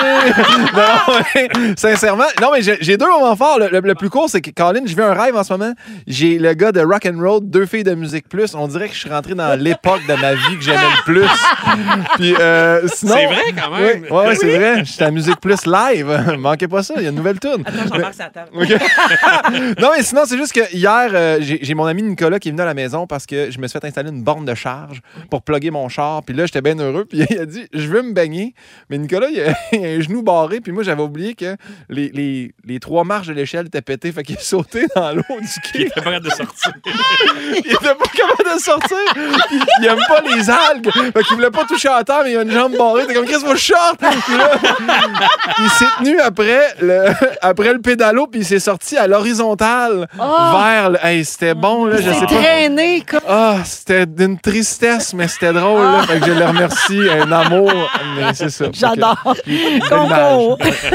non, ouais, sincèrement. Non, mais j'ai j'ai deux moments forts. Le, le- le plus court, c'est que, Colin, je vis un rêve en ce moment. J'ai le gars de Rock and Roll, deux filles de Musique Plus. On dirait que je suis rentré dans l'époque de ma vie que j'aimais le plus. Puis, euh, sinon... C'est vrai, quand même. Oui, ouais, c'est vrai. J'étais à Musique Plus live. Manquez pas ça, il y a une nouvelle tune. Attends, j'embarque sa table. OK. Non, mais sinon, c'est juste que hier, euh, j'ai j'ai mon ami Nicolas qui est venu à la maison parce que je me suis fait installer une borne de charge pour plugger mon char. Puis là, j'étais bien heureux. Puis il a dit, je veux me baigner. Mais Nicolas, il a, il a un genou barré. Puis moi, j'avais oublié que les, les, les trois marches de l'échelle étaient pétées. Fait qu'il est sauté dans l'eau du Il quai. était pas capable de sortir. Il était pas capable de sortir. Puis il aime pas les algues. Fait qu'il voulait pas toucher à terre, mais il a une jambe barrée. T'es comme, Chris, faut que je sorte. Puis là, il s'est tenu après le, après le pédalo. Puis il s'est sorti à l'horizontale Oh! vers le... Hey, c'était bon, là, je C'est sais pas. traîné, comme. Ah, c'était d'une tristesse, mais c'était drôle, là. Fait que je le remercie. Un amour, mais c'est ça. J'adore. Fait que- belle Concours. image.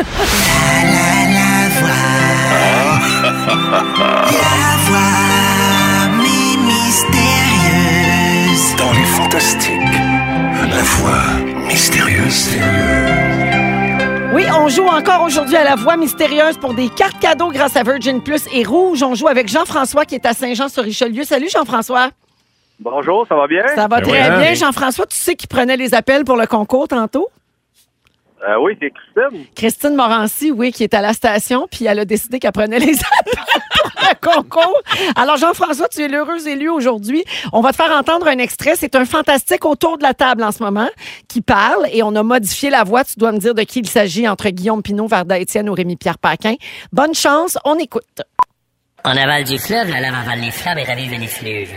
Dans les fantastiques, la voix mystérieuse. Oui, on joue encore aujourd'hui à la voix mystérieuse pour des cartes cadeaux grâce à Virgin Plus et Rouge. On joue avec Jean-François qui est à Saint-Jean-sur-Richelieu. Salut Jean-François. Bonjour, ça va bien? Ça va Ben très oui. bien. Jean-François, tu sais qui prenait les appels pour le concours tantôt? Euh, oui, c'est Christine. Christine Morancy, oui, qui est à la station, puis elle a décidé qu'elle prenait les appels pour le concours. Alors, Jean-François, tu es l'heureux élu aujourd'hui. On va te faire entendre un extrait. C'est un fantastique autour de la table en ce moment qui parle et on a modifié la voix. Tu dois me dire de qui il s'agit entre Guillaume Pinot, Varda Étienne ou Rémi-Pierre Paquin. Bonne chance, on écoute. En aval du fleuve, la lave avale les flammes et ravive les fleuves.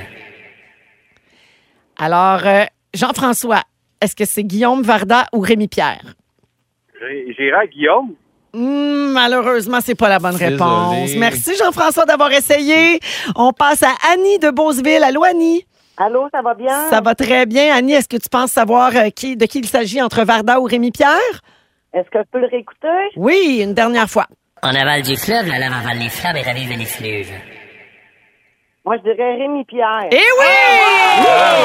Alors, euh, Jean-François, est-ce que c'est Guillaume, Varda ou Rémi-Pierre? J'ai- J'irai à Guillaume. Hmm, malheureusement, c'est pas la bonne Désolé. réponse. Merci, Jean-François, d'avoir essayé. On passe à Annie de Beauceville. Allô, Annie? Allô, ça va bien? Ça va très bien. Annie, est-ce que tu penses savoir euh, qui, de qui il s'agit entre Varda ou Rémi-Pierre? Est-ce que je peux le réécouter? Oui, une dernière fois. En aval du fleuve, la lave avale les flammes et ravive les fleuves. Moi, je dirais Rémi-Pierre. Eh oui!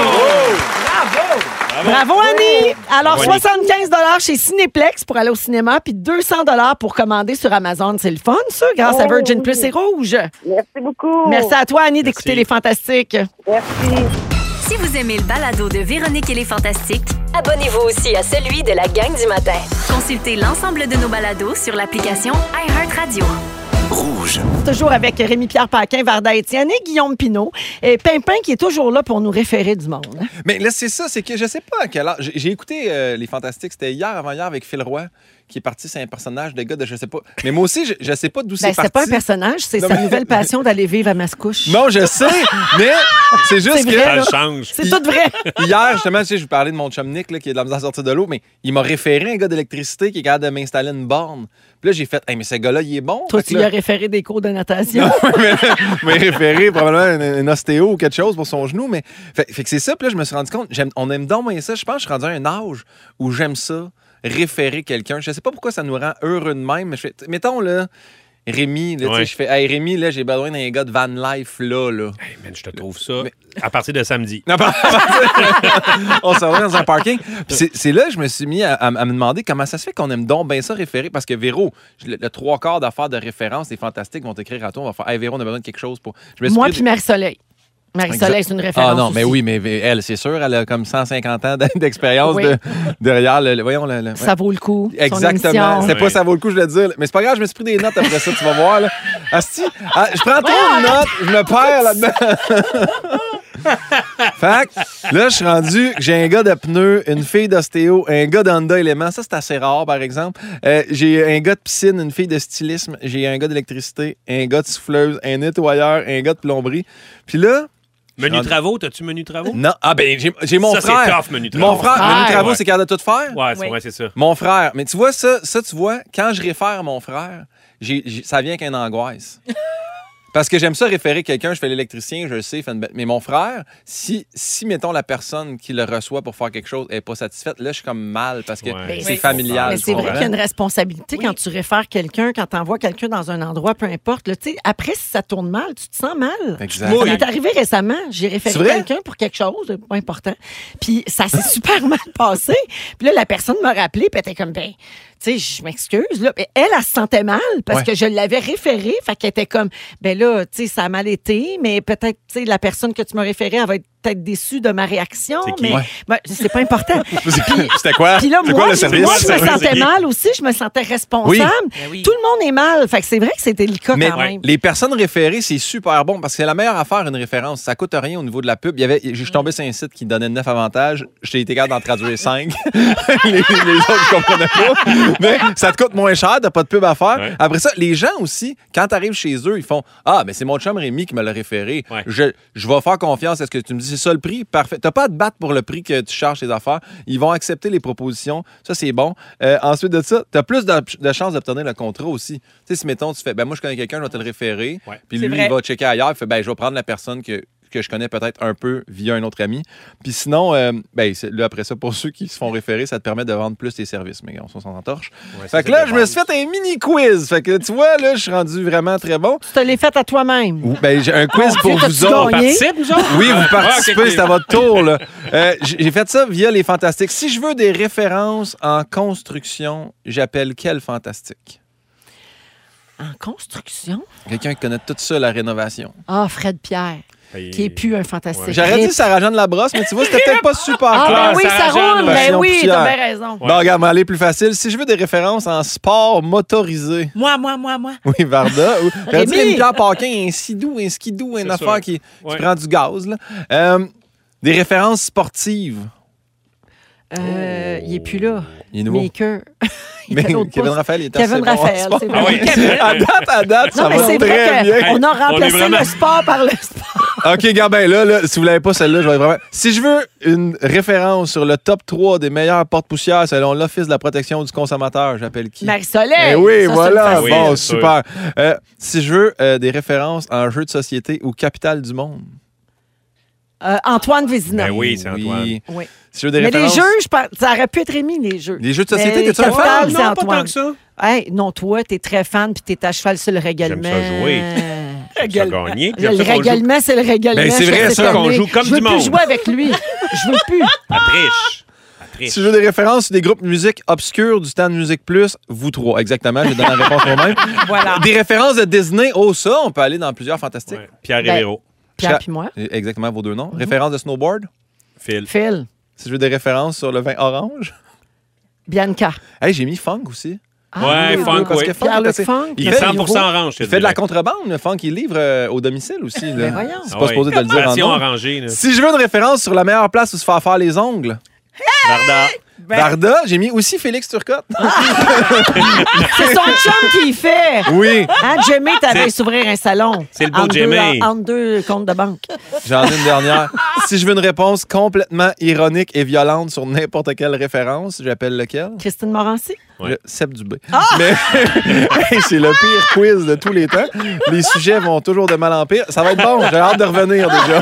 Bravo, Annie! Alors, Bravo, Annie. soixante-quinze dollars chez Cinéplex pour aller au cinéma, puis deux cents dollars pour commander sur Amazon. C'est le fun, ça, grâce à Oh, Virgin oui. Plus et Rouge. Merci beaucoup. Merci à toi, Annie, d'écouter Merci. Les Fantastiques. Merci. Si vous aimez le balado de Véronique et les Fantastiques, Abonnez-vous aussi à celui de la gang du matin. consultez l'ensemble de nos balados sur l'application iHeartRadio. Rouge. Toujours avec Rémi-Pierre Paquin, Varda Étienne et Guillaume Pinault. Et Pimpin qui est toujours là pour nous référer du monde. hein. Mais là, c'est ça, c'est que je sais pas à quelle heure. J'ai j'ai écouté euh, Les Fantastiques, c'était hier, avant-hier, avec Phil Roy, qui est parti, c'est un personnage de gars de je sais pas. Mais moi aussi, je, je sais pas d'où Ben, c'est c'est parti. pas un personnage, c'est Non, sa mais- nouvelle passion d'aller vivre à Mascouche. Non, je sais, mais c'est juste C'est que. vrai, là. Ça change. C'est tout vrai. Hier, justement, tu sais, je vous parlais de mon chum Nick, là, qui est de la misère à sortir de l'eau, mais il m'a référé un gars d'électricité qui est capable de m'installer une borne. Puis là, j'ai fait, hey, mais ce gars-là, il est bon. Toi, Fait que tu là- lui as référé des cours de natation. Il m'a référé probablement un, un ostéo ou quelque chose pour son genou, mais fait, fait que c'est ça. Puis là, je me suis rendu compte, j'aime, on aime donc bien ça. Je pense que je suis rendu à un âge où j'aime ça, référer quelqu'un. Je sais pas pourquoi ça nous rend heureux de même, mais je fais, mettons là, Rémi, là, tu sais, Ouais. je fais, hey Rémi, là, j'ai besoin d'un gars de van life là, là. Hey, man, je te trouve ça à partir de samedi. Non, pas- on s'en va dans un parking. Puis c'est, c'est là que je me suis mis à, à- à me demander comment ça se fait qu'on aime donc bien ça référer. Parce que Véro, le, le trois quarts d'affaires de référence, les fantastiques vont t'écrire à toi. On va faire, hey Véro, on a besoin de quelque chose pour. Je me suis Moi pris puis des- Marie-Soleil. Marie-Soleil, c'est une référence. Ah non, mais aussi. oui, mais elle, c'est sûr, elle a comme cent cinquante ans d'expérience Oui. de- derrière le. le- voyons, le. le- ouais. Ça vaut le coup. son Exactement. émission. C'était pas Ouais. ça vaut le coup, je le dire. Mais c'est pas grave, je me suis pris des notes après ça, tu vas voir. Là. Asti, ah, je prends trop de notes, je me perds là-dedans. Fait que là, je suis rendu que j'ai un gars de pneus, une fille d'ostéo, un gars d'Honda Élément. Ça, c'est assez rare, par exemple. Euh, j'ai un gars de piscine, une fille de stylisme, j'ai un gars d'électricité, un gars de souffleuse, un nettoyeur, un gars de plomberie. Puis là, Menu rendu- travaux, t'as-tu menu travaux? non, ah ben j'ai j'ai mon Ça, c'est frère. tough, menu travaux. Mon frère, Frère. menu travaux, Ouais. c'est capable de tout faire. Ouais, c'est Oui. ouais, c'est ça. Mon frère. Mais tu vois, ça, ça tu vois, quand je réfère mon frère, j'ai- j'ai- ça vient qu'une angoisse. Parce que j'aime ça référer quelqu'un, je fais l'électricien, je le sais, il fait une bête. Mais mon frère, si, si, mettons, la personne qui le reçoit pour faire quelque chose n'est pas satisfaite, là, je suis comme mal parce que Ouais. c'est Oui. familial. Mais tu c'est vrai comprends? qu'il y a une responsabilité quand tu réfères quelqu'un, quand tu envoies quelqu'un dans un endroit, peu importe. Là, tu sais, après, si ça tourne mal, tu te sens mal. Exact. Ça m'est arrivé récemment. J'ai référé C'est vrai? quelqu'un pour quelque chose, euh, pas important. Puis ça s'est super mal passé. Puis là, la personne m'a rappelé, puis elle était comme, ben, tu sais, je m'excuse. Là. Mais elle, elle se sentait mal parce Ouais. que je l'avais référé. Fait qu'elle était comme, ben là, tu sais, ça a mal été, mais peut-être, tu sais, la personne que tu m'as référée, elle va être peut-être déçue de ma réaction. C'est qui? Mais Ouais. ben, c'est pas important. C'était quoi? Puis là, C'est moi, quoi le je- service? moi, je me service, sentais c'est qui? mal aussi. Je me sentais responsable. Oui. Ben oui. Tout le monde est mal. Fait que c'est vrai que c'est délicat Mais quand même. les personnes référées, c'est super bon parce que c'est la meilleure affaire, une référence. Ça coûte rien au niveau de la pub. Il y avait, je suis tombé sur un site qui donnait neuf avantages. J'ai été capable d'en traduire cinq. les, les autres, je comprenais pas. Mais ça te coûte moins cher, t'as pas de pub à faire. Ouais. Après ça, les gens aussi, quand tu arrives chez eux, ils font Ah, mais c'est mon chum Rémi qui me l'a référé. Ouais. Je, je vais faire confiance à ce que tu me dis. C'est ça le prix? Parfait. T'as pas à te battre pour le prix que tu charges tes affaires. Ils vont accepter les propositions. Ça, c'est bon. Euh, ensuite de ça, tu as plus de, de chances d'obtenir le contrat aussi. Tu sais, si mettons, tu fais, ben moi, je connais quelqu'un, je vais te le référer. Ouais. Puis C'est lui, vrai. il va checker ailleurs. Il fait, ben je vais prendre la personne que que je connais peut-être un peu via un autre ami. Puis sinon, euh, ben, c'est- là, après ça, pour ceux qui se font référer, ça te permet de vendre plus tes services. Mais on s'en torche. Ouais, ça, Fait que c'est là, de je me base. suis fait un mini quiz. Fait que tu vois, là, je suis rendu vraiment très bon. Tu te l'es fait à toi-même. Ou- Ben, j'ai un quiz Mon pour Dieu, vous t'as-tu autres. gagné? Participe, nous autres? Oui, vous participez, Ah, ok. c'est à votre tour. là. Euh, j'ai j'ai fait ça via les Fantastiques. Si je veux des références en construction, j'appelle quel fantastique? En construction? Quelqu'un qui connaît tout ça, la rénovation. Ah, Fred Pierre, Hey. qui est plus un fantastique. J'aurais dit Rip. Sarah-Jeanne Labrosse, mais tu vois, c'était peut-être pas super Ah, clair. ben oui, ça Sarah-Jeanne, roule. Ben Passion oui, poussière. t'as bien raison. Bon, regarde, mais aller plus facile. Si je veux des références en sport motorisé. Moi, moi, moi, moi. Oui, Varda. Ou- J'aurais dit Rémi. Rémi-Pierre Paquin, un skidoo, un skidoo, une C'est affaire sûr. qui, qui Ouais. prend du gaz. Là. Euh, des références sportives. Euh, il est plus là. Il est nouveau. Maker. Il Mais fait l'autre Kevin pouce. Raphaël, il est Kevin assez bon en Raphaël, sport. c'est vrai. Ah oui. À date, à date, Non, ça mais va c'est très vrai bien. qu'on a On est remplacé vraiment- le sport par le sport. OK, Gabin, là, là, si vous l'avez pas, celle-là, je vais être vraiment... Si je veux une référence sur le top trois des meilleurs porte-poussières selon l'Office de la protection du consommateur, j'appelle qui? Marie-Soleil. Eh oui, Ça, c'est voilà. facile. Oui, Bon, c'est sûr. super. Euh, si je veux euh, des références en jeu de société ou capitale du monde. Euh, Antoine Vézina. Ben oui, c'est Antoine. Oui. Oui. Si je veux des Mais les références... jeux, je pense, ça aurait pu être Rémi, les jeux. Les jeux de société, Mais t'es-tu un Capital, fan? c'est Non, pas Antoine. tant que ça. Hey, non, toi, t'es très fan puis t'es à cheval sur le règlement. J'aime ça jouer. J'aime ça gagner. puis Le j'aime ça qu'on joue. règlement, c'est le règlement. Ben, c'est je vrai, sais ça, pas, qu'on mais joue comme je veux du plus monde. jouer avec lui. Je veux plus. Elle triche. Elle triche. Si je veux des références sur des groupes de musique obscurs du temps de Musique Plus, vous trois. Exactement, j'ai donné la réponse moi-même. Voilà. Des références de Disney, oh ça, on peut aller dans plusieurs fantastiques. Ouais. Pierre Ben, Rivéro. Pierre puis moi. Exactement vos deux noms. Références de snowboard. Phil. Phil. Si je veux des références sur le vin orange. Bianca. Hey, j'ai mis funk aussi. Ah, Ouais, oui, funk, oui. Parce oui. que Funk, Pierre-Luc c'est- Funk, il Il est fait, cent pour cent orange, je te il fait de la dirais. contrebande, le Funk. Il livre euh, au domicile aussi. Là. Ben voyons. C'est Ah pas ouais. supposé de le dire en Passion nom. orangée, là. Si je veux une référence sur la meilleure place où se faire faire les ongles, Varda. Ben- Varda, j'ai mis aussi Félix Turcotte. C'est son chum qui y fait. Oui, Hein, Jimmy, t'avais C'est- s'ouvrir un salon. C'est le beau Entre Jimmy. deux- Entre deux comptes de banque. j'en ai une dernière. Si je veux une réponse complètement ironique et violente sur n'importe quelle référence, j'appelle lequel? Christine Morancy. Ouais. Le Seb Dubé. Mais hey, c'est le pire quiz de tous les temps. Les sujets vont toujours de mal en pire. Ça va être bon, j'ai hâte de revenir déjà.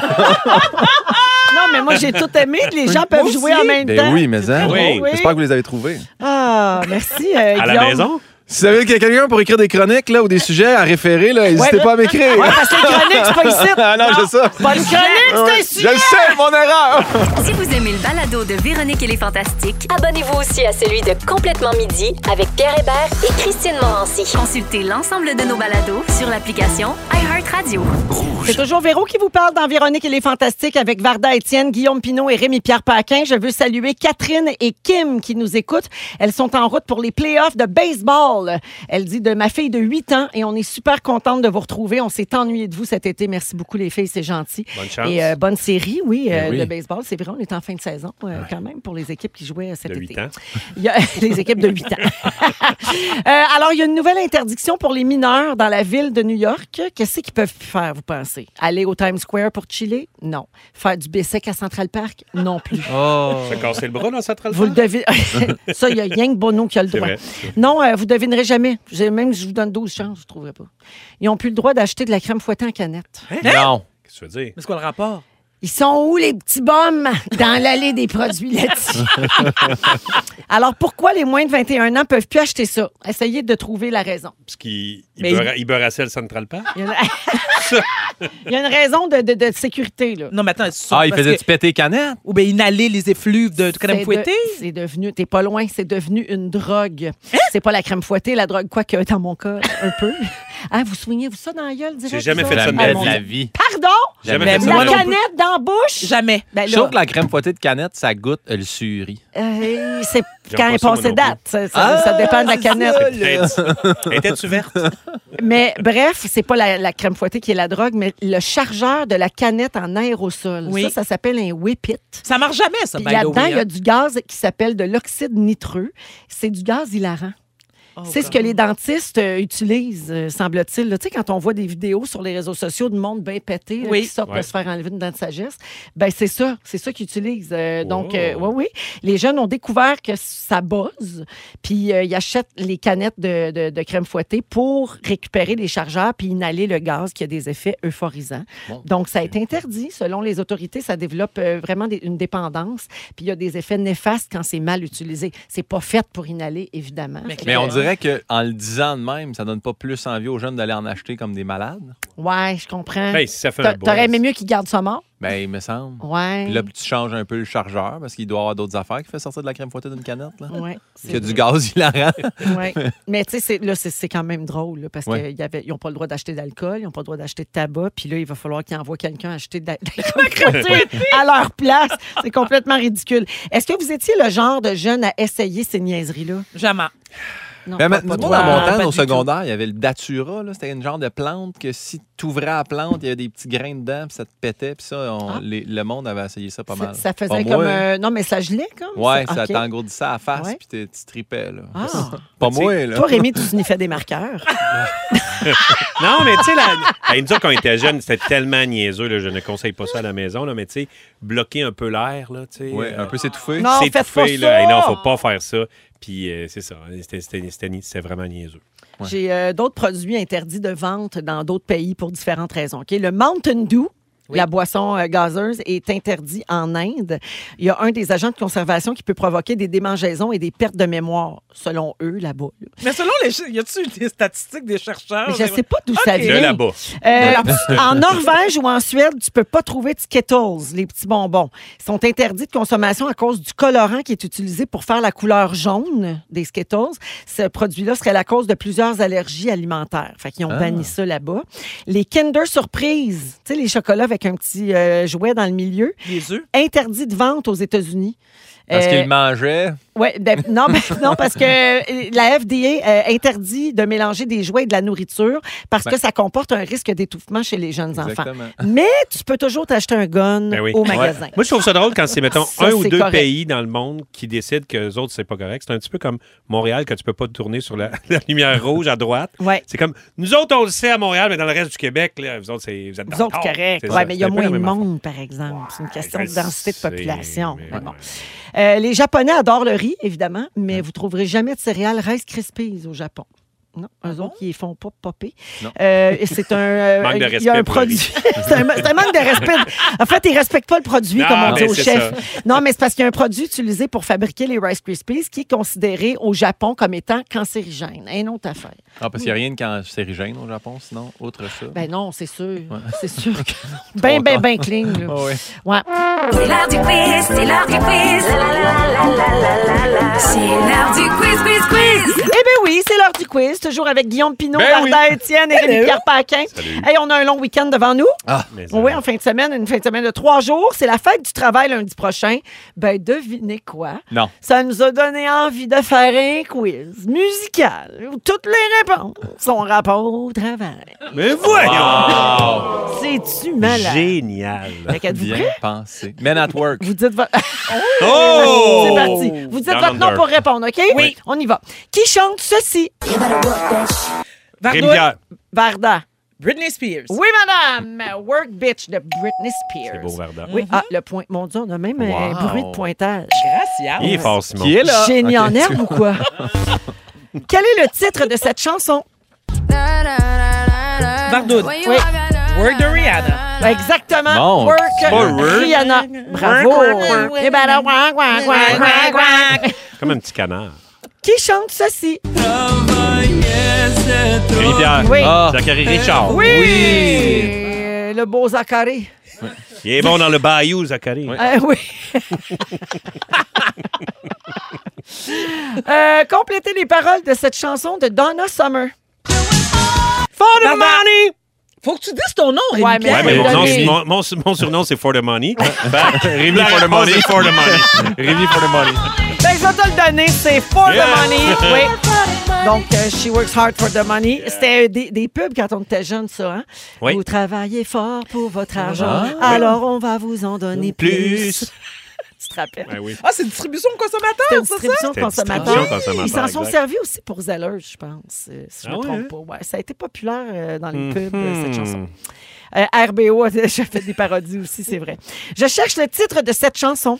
Non, mais moi, j'ai tout aimé. Les gens peuvent Moi jouer aussi. en même Ben temps. oui, mais hein, Oui. j'espère que vous les avez trouvés. Ah, merci, euh, À la Guillaume. maison? Si vous savez qu'il y a quelqu'un pour écrire des chroniques là, ou des sujets à référer, là, n'hésitez Ouais. pas à m'écrire. Ouais, parce que les chroniques, c'est pas ici. Ah non, je sais ça. Pas une chronique, c'est un Je sujet. le sais, mon erreur! Si vous aimez le balado de Véronique et les Fantastiques, Abonnez-vous aussi à celui de Complètement Midi avec Pierre Hébert et Christine Morancy. consultez l'ensemble de nos balados sur l'application iHeartRadio. C'est toujours Véro qui vous parle dans Véronique et les Fantastiques avec Varda Étienne, Guillaume Pinault et Rémi-Pierre Paquin. Je veux saluer Catherine et Kim qui nous écoutent. Elles sont en route pour les playoffs de baseball. Elle dit de ma fille de huit ans et on est super contente de vous retrouver. On s'est ennuyé de vous cet été. Merci beaucoup les filles, c'est gentil. Bonne chance. Et euh, bonne série, oui, euh, Ben oui. de baseball. C'est vrai, on est en fin de saison euh, quand même pour les équipes qui jouaient cet De été. huit ans. Il y a les équipes de huit ans. Euh, alors, il y a une nouvelle interdiction pour les mineurs dans la ville de New York. Qu'est-ce qu'ils peuvent faire, vous pensez? Aller au Times Square pour chiller? Non. Faire du B-Sec à Central Park? Non plus. Oh. Se casser le bras dans Central Vous le Park? devinez. Ça, il y a rien que Bono qui a le C'est droit. vrai. Non, euh, vous devinerez jamais. J'ai- Même si je vous donne douze chances, je ne trouverai pas. Ils n'ont plus le droit d'acheter de la crème fouettée en canette. Non. Qu'est-ce que tu veux dire? Mais c'est quoi le rapport? Ils sont où, les petits bums, dans l'allée des produits laitiers? Alors, pourquoi les moins de vingt et un ans peuvent plus acheter ça? Essayez de trouver la raison. Parce qu'il il Mais beurra- il beurrassait le Central Park? Il y a une, il y a une raison de, de- de sécurité, là. Non, mais attends, c'est Ah, il parce faisait-tu que- péter canette? Ou bien inhaler les effluves de crème C'est fouettée? de- C'est devenu, t'es pas loin, c'est devenu une drogue. C'est pas la crème fouettée, la drogue, quoique dans mon cas, un peu. Hein, vous soignez-vous ça dans la gueule? direct, J'ai jamais ça? fait ça de Jamais ma de vie. la vie. Pardon? Jamais Mais fait ça moi de La ma vie. non canette dans la bouche? Jamais. Ben Je là, trouve que la crème fouettée de canette, ça goûte le suri. euh, c'est J'aime quand pas elle est ça, moi passée non date. Ça, ça- Ah, ça dépend de la canette. Peut-être. Étais-tu verte? Mais bref, c'est pas la, la crème fouettée qui est la drogue, mais le chargeur de la canette en aérosol. Oui. Ça, ça s'appelle un whip-it. Ça marche jamais, ça, Puis by the là-dedans, way, il y a hein. du gaz qui s'appelle de l'oxyde nitreux. C'est du gaz hilarant. Oh, C'est ce que les dentistes euh, utilisent, euh, semble-t-il. là. Tu sais, quand on voit des vidéos sur les réseaux sociaux de monde bien pété là, Oui. qui sortent Ouais. de se faire enlever une dent de sagesse, ben c'est ça. C'est ça qu'ils utilisent. Euh, Donc, Oh. euh, oui, oui. Les jeunes ont découvert que ça buzz, puis euh, ils achètent les canettes de, de- de crème fouettée pour récupérer les chargeurs puis inhaler le gaz qui a des effets euphorisants. Donc, ça a été interdit. Selon les autorités, ça développe euh, vraiment des- une dépendance, puis il y a des effets néfastes quand c'est mal utilisé. C'est pas fait pour inhaler, évidemment. Mais- Fait Mais que- on dirait qu'en le disant de même, ça donne pas plus envie aux jeunes d'aller en acheter comme des malades. Ouais, je comprends. Ben, si ça fait T'a- un buzz. T'aurais aimé mieux qu'ils gardent ça mort? Ben, il me semble. Ouais. Puis là, tu changes un peu le chargeur parce qu'il doit y avoir d'autres affaires qui fait sortir de la crème fouettée d'une canette. Là. Ouais. Il y a du gaz hilarant. Ouais. Mais tu sais, c'est- là, c'est c'est quand même drôle là, parce Ouais. qu'ils n'ont pas le droit d'acheter d'alcool, ils n'ont pas le droit d'acheter de tabac, puis là, il va falloir qu'ils envoient quelqu'un acheter de la, de la crème fouettée à leur place. C'est complètement ridicule. Est-ce que vous étiez le genre de jeune à essayer ces niaiseries-là? Jamais. Non, Ben, pas- moi, pas dans toi. mon pas temps, du au tout. secondaire, il y avait le datura. là. C'était une genre de plante que si tu ouvrais la plante, il y avait des petits grains dedans, puis ça te pétait. Puis ça, on- Ah. les- le monde avait essayé ça pas Ça, mal. ça Pas faisait moi, comme. hein. euh, non, mais ça gelait comme. Ouais, ça ça OK. t'engourdissait à la face, Ouais. puis t'es- tu tripais. Là. Ah. Pas Tu sais, moi, là. Toi, Rémi, tu sniffais des marqueurs. Non, mais tu sais, la... hey, nous autres, quand on était jeunes, c'était tellement niaiseux. Là, je ne conseille pas ça à la maison, là, mais tu sais, bloquer un peu l'air, là, tu sais. Ouais, euh, un peu s'étouffer. Non, c'est faites étouffé, pas là. ça! Hey, non, faut pas faire ça. Puis euh, c'est ça. C'était- C'était c'était- c'était vraiment niaiseux. Ouais. J'ai euh, d'autres produits interdits de vente dans d'autres pays pour différentes raisons. OK? Le Mountain Dew, Oui. la boisson euh, gazeuse, est interdit en Inde. Il y a un des agents de conservation qui peut provoquer des démangeaisons et des pertes de mémoire, selon eux, là-bas. là. Mais selon les... ch- Y a-tu des statistiques des chercheurs? Mais je ne sais pas d'où ça OK. De vient. là-bas. Euh, en Norvège ou en Suède, tu peux pas trouver de Skittles, les petits bonbons. Ils sont interdits de consommation à cause du colorant qui est utilisé pour faire la couleur jaune des Skittles. Ce produit-là serait la cause de plusieurs allergies alimentaires. Fait qu'ils ont Ah. banni ça là-bas. Les Kinder Surprise, tu sais, les chocolats avec un petit euh, jouet dans le milieu, Les œufs? interdits de vente aux États-Unis. Parce Euh, qu'ils mangeaient. Ouais, ben, non, ben, non, parce que euh, la F D A euh, interdit de mélanger des jouets et de la nourriture parce Ben. que ça comporte un risque d'étouffement chez les jeunes Exactement. enfants. Mais tu peux toujours t'acheter un gun Ben oui. au Ouais. magasin. Moi, je trouve ça drôle quand c'est, mettons, Ça, un ou c'est deux correct. pays dans le monde qui décident que les autres, c'est pas correct. C'est un petit peu comme Montréal, que tu peux pas tourner sur la, la lumière rouge à droite. Ouais. C'est comme, nous autres, on le sait à Montréal, mais dans le reste du Québec, là, vous autres, c'est, vous êtes Vous dans autres, le tort. correct. C'est Ouais, ça. mais il y a C'est un peu moins la de même affaire. monde, par exemple. C'est une question je de densité de sais, population. mais Mais ouais, bon. ouais. Euh, les Japonais adorent le riz, évidemment, mais vous trouverez jamais de céréales Rice Krispies au Japon. Non, eux autres, ils ne font pas popper. Non. Euh, et c'est un. euh, Manque de il y a un respect pour le produit. c'est, un, c'est un manque de respect. En fait, ils ne respectent pas le produit, Non, comme on dit mais au c'est chef. ça. Non, mais c'est parce qu'il y a un produit utilisé pour fabriquer les Rice Krispies qui est considéré au Japon comme étant cancérigène. Une autre affaire. Ah, parce qu'il n'y a rien de cancérigène au Japon, sinon, autre ça. Ben non, c'est sûr. C'est sûr. Ben, ben, ben clean. Là. Ah ouais. Ouais. C'est l'heure du quiz, c'est l'heure du quiz. La, la, la, la, la, la, la. C'est l'heure du quiz, quiz, quiz. Eh bien oui, c'est l'heure du quiz, toujours avec Guillaume Pinot, Ben Varda oui. Étienne et Rémi-Pierre Paquin. Hey, on a un long week-end devant nous. Ah, Mais ça- Oui, en fin de semaine, une fin de semaine de trois jours. C'est la fête du travail lundi prochain. Ben, devinez quoi? non. Ça nous a donné envie de faire un quiz musical où toutes les réponses sont en rapport au travail. Mais voyons! C'est-tu malade? Génial. Fait qu'êtes-vous Bien prêts? pensé. Men at work. Vous dites votre... Oh! C'est parti. Vous dites Down votre nom under. pour répondre, OK? Oui. On y va. Qui chante ceci? Varda, Rémi-Pierre. Varda. Britney Spears. Oui, madame. Work Bitch de Britney Spears. C'est beau, Varda. Oui, ah, le point. Mon Dieu, on a même un Wow. bruit de pointage. Gracias. Il est fort, Simon. Qui est là? Génie Ok. en herbe ou quoi? Quel est le titre de cette chanson? Vardoud. Oui. Work de Rihanna. Exactement. Bon, Work c'est pas Work. Rihanna. Bravo. Work, work, work. Eh ben alors, ouin, ouin, ouin, ouin, ouin. Comme un petit canard. Qui chante ceci? Rémi-Pierre. Oui. Ah. Zachary Richard. Oui. Oui. Euh, Le beau Zachary. Il est bon dans le bayou, Zachary. Euh, oui. Euh, complétez les paroles de cette chanson de Donna Summer. For the Varda. money! Faut que tu dises ton nom, Rémi. Ouais, mais- Ouais, mais Oui, mon, nom, donné. c'est- mon, mon, mon surnom, c'est For the Money. Ben, Rémi la for the réponse, money. c'est For the Money. Rémi for the money. Ben, je vais te le donner, c'est For Yeah. the Money. Oui. Donc, euh, She Works Hard for the Money. C'était des, des pubs quand on était jeune, ça. Hein? Oui. Vous travaillez fort pour votre argent, Ah. alors on va vous en donner plus. Plus. Tu te rappelles? Ben oui. Ah, c'est distribution consommateur, C'était une c'est ça? distribution C'était consommateur. distribution consommateur, Ils s'en sont exact. servis aussi pour Zellers, je pense, euh, si je ne Ah me ouais, trompe hein? pas. Ouais, ça a été populaire euh, dans les Mhm. pubs, euh, cette chanson. Euh, R B O a déjà fait des parodies aussi, c'est vrai. Je cherche le titre de cette chanson.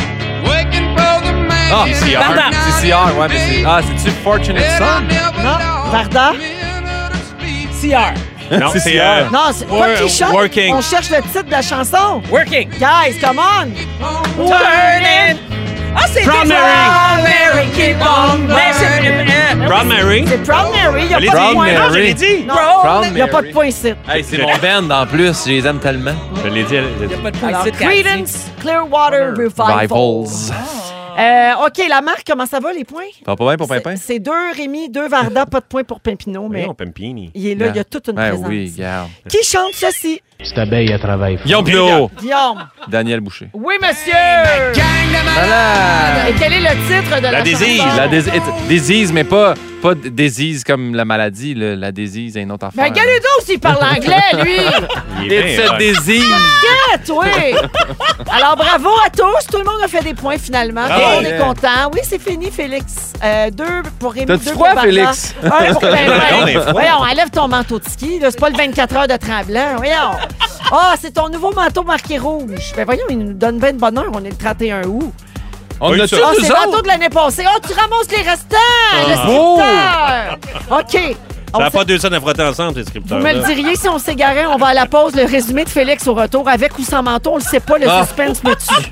Ah, C C R. Varda. C'est C R, ouais, mais c'est. Ah, c'est-tu Fortunate Son? Non, Varda? C R. Non, C'est c'est... C R. euh, Non, c'est pas Ouais, qui chante. Working. On cherche le titre de la chanson. Working. Guys, come on! Turning! Ah, c'est Proud Dixon. Mary. Mary, keep on Ouais, c'est euh, Proud Mary. C'est Proud Mary, il n'y a Je l'ai pas dit. de point. Proud Non, je Mary. l'ai dit. Non, Proud il n'y a pas de Mary. point ici. Hey, c'est mon band en plus, je les aime tellement. Je l'ai dit. elle- Il n'y a pas de point Alors, ici, Cathy. Creedence Clearwater Revival. Rivals. Euh, OK, la marque, comment ça va, les points? Ça va pas bien pour Pimpin? C'est- C'est deux Rémi, deux Varda, pas de points pour Pimpino, mais Voyons, Pampini. il est là, il y a toute une Ben présence. oui, regarde. Qui chante ceci? Cette abeille, elle travaille fort. Guillaume Pinot. Guillaume. Daniel Boucher. Oui, monsieur! Malade. Et quel est le titre de la, La disease. chanson? La dés- it- disease, mais pas, pas disease comme la maladie. là. La disease, c'est une autre affaire. Ben, regardez donc s'il parle anglais, lui! Il est It's bien a hot. disease. Quête, oui! Alors, bravo à tous. Tout le monde a fait des points, finalement. Bravo. Et on est content. Oui, c'est fini, Félix. Euh, deux pour Rémi, T'as-tu deux froid, pour Varda. Félix? Un pour Non, mais Pimpin. froid. Voyons, enlève ton manteau de ski. là. C'est pas le vingt-quatre heures de Tremblant. Voyons. Ah, c'est ton nouveau manteau marqué rouge. Ben voyons, il nous donne bien de bonheur. On est le trente et un août. On Oui, a ça. tous Ah, nous c'est le manteau autres. de l'année passée. Ah, tu ramasses les restants, le Oh! scripteur. OK. On Ça n'a fait- pas deux cents à frotter ensemble, ces scripteurs. Vous me le diriez si on s'égarait, on va à la pause. Le résumé de Félix au retour, avec ou sans manteau, on le sait pas, le Ah. suspense me tue.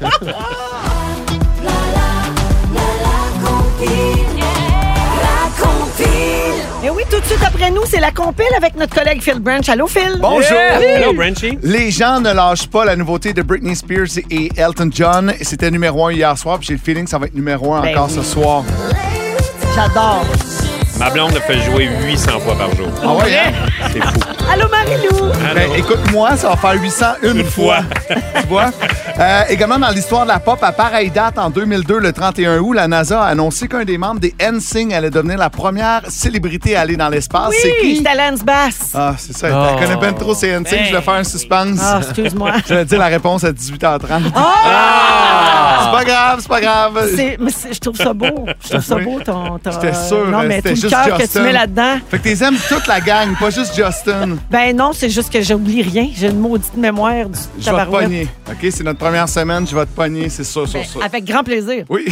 Et oui, tout de suite après nous, c'est la compile avec notre collègue Phil Branch. Allô, Phil? Bonjour. Hello, Branchy. Les gens ne lâchent pas la nouveauté de Britney Spears et Elton John. C'était numéro un hier soir, puis j'ai le feeling que ça va être numéro un Ben encore oui. ce soir. J'adore. Ma blonde le fait jouer huit cents fois par jour. Ah ouais, hein? C'est fou. Allô, Marie-Lou! Ben, écoute-moi, ça va faire huit cents une, Une fois. Tu vois? Euh, également, dans l'histoire de la pop, à pareille date, en deux mille deux, le trente et un août, la NASA a annoncé qu'un des membres des N Sync allait devenir la première célébrité à aller dans l'espace. Oui, C'est qui? c'est Lance Bass. Ah, c'est ça. Oh. Elle connaît bien trop ces N Sync. Ben. Je vais faire un suspense. Ah, excuse-moi. Je vais dire la réponse à dix-huit heures trente. Ah! C'est pas grave, c'est pas grave. C'est- mais c'est- je trouve ça beau. Je trouve ça Oui. beau, ton... ton- J'étais sûr, Non, hein, mais c'était tout le juste cœur que tu Justin. mets là-dedans. Fait que t'es aimes toute la gang, pas juste Justin. Ben non, c'est juste que j'oublie rien. J'ai une maudite mémoire du Je vais te tabarouette. pogner. OK, c'est notre première semaine, je vais te pogner, c'est sûr, sûr, Ben, sûr. avec grand plaisir. Oui.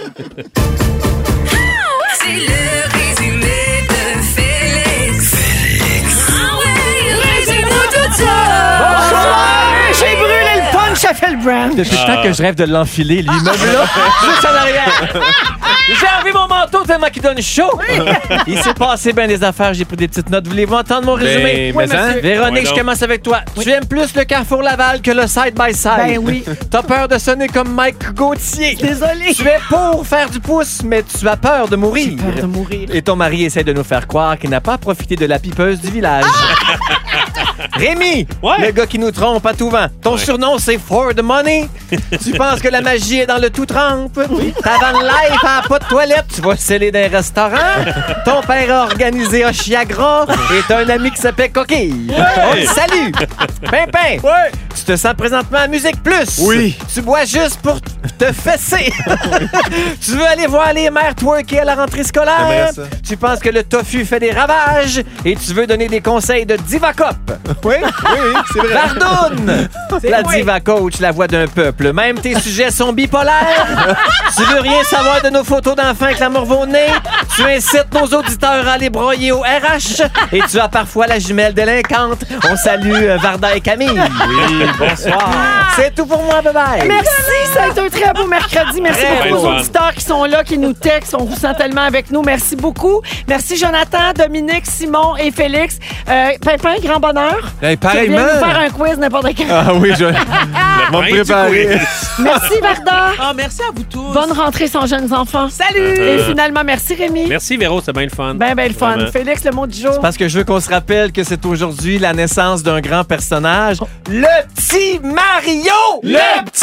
C'est le résumé de Félix. Félix. Ah ouais, résume-nous tout ça. Bonsoir! J'ai brûlé le punch à Phil Brand. Depuis le temps que je rêve de l'enfiler, l'immeuble-là, juste en arrière. J'ai enlevé mon manteau tellement qu'il donne chaud. Il s'est passé bien des affaires, j'ai pris des petites notes. Voulez-vous entendre mon résumé? Ben, mais hein? Véronique, Ouais, je donc. commence avec toi. Tu aimes plus le Carrefour Laval que le side-by-side. Ben oui. T'as peur de sonner comme Mike Gauthier. Désolée. Tu es pour faire du pouce, mais tu as peur de mourir. J'ai peur de mourir. Et ton mari essaie de nous faire croire qu'il n'a pas profité de la pipeuse du village. Rémi, Ouais. le gars qui nous trompe à tout vent. Ton Ouais. surnom, c'est For the Money. Tu penses que la magie est dans le tout trempe. Ta van life a pas de toilette. Tu vas sceller d'un restaurant. Ton père a organisé un chiagra. Et t'as un ami qui s'appelle Coquille. On le salue. Pimpin. Ouais. Tu te sens présentement à Musique Plus. Oui. Tu bois juste pour te fesser. Tu veux aller voir les mères twerker à la rentrée scolaire. J'aimerais ça. Tu penses que le tofu fait des ravages. Et tu veux donner des conseils de Divacop. Oui, oui, oui, c'est vrai. Vardoune! La diva coach, la voix d'un peuple. Même tes sujets sont bipolaires. Tu veux rien savoir de nos photos d'enfants avec la morve au nez. Tu incites nos auditeurs à aller broyer au R H. Et tu as parfois la jumelle délinquante. On salue euh, Varda et Camille. Oui, bonsoir. C'est tout pour moi, bye-bye. Merci, ça a été un très beau mercredi. Merci Très beaucoup bon. aux auditeurs qui sont là, qui nous textent. On vous sent tellement avec nous. Merci beaucoup. Merci Jonathan, Dominique, Simon et Félix. Euh, Pimpin, grand bonheur. Hey, Tu reviens pareillement. nous faire un quiz n'importe quand. Ah oui, je vais Le me pain du préparer. quiz. Merci Varda. Ah, merci à vous tous. Bonne rentrée sans jeunes enfants. Salut! Et finalement, merci Rémi. Merci, Véro, c'est bien le fun. Ben, ben le fun. Vraiment. Félix, le mot du jour. Parce que je veux qu'on se rappelle que c'est aujourd'hui la naissance d'un grand personnage, le petit Mario! Le petit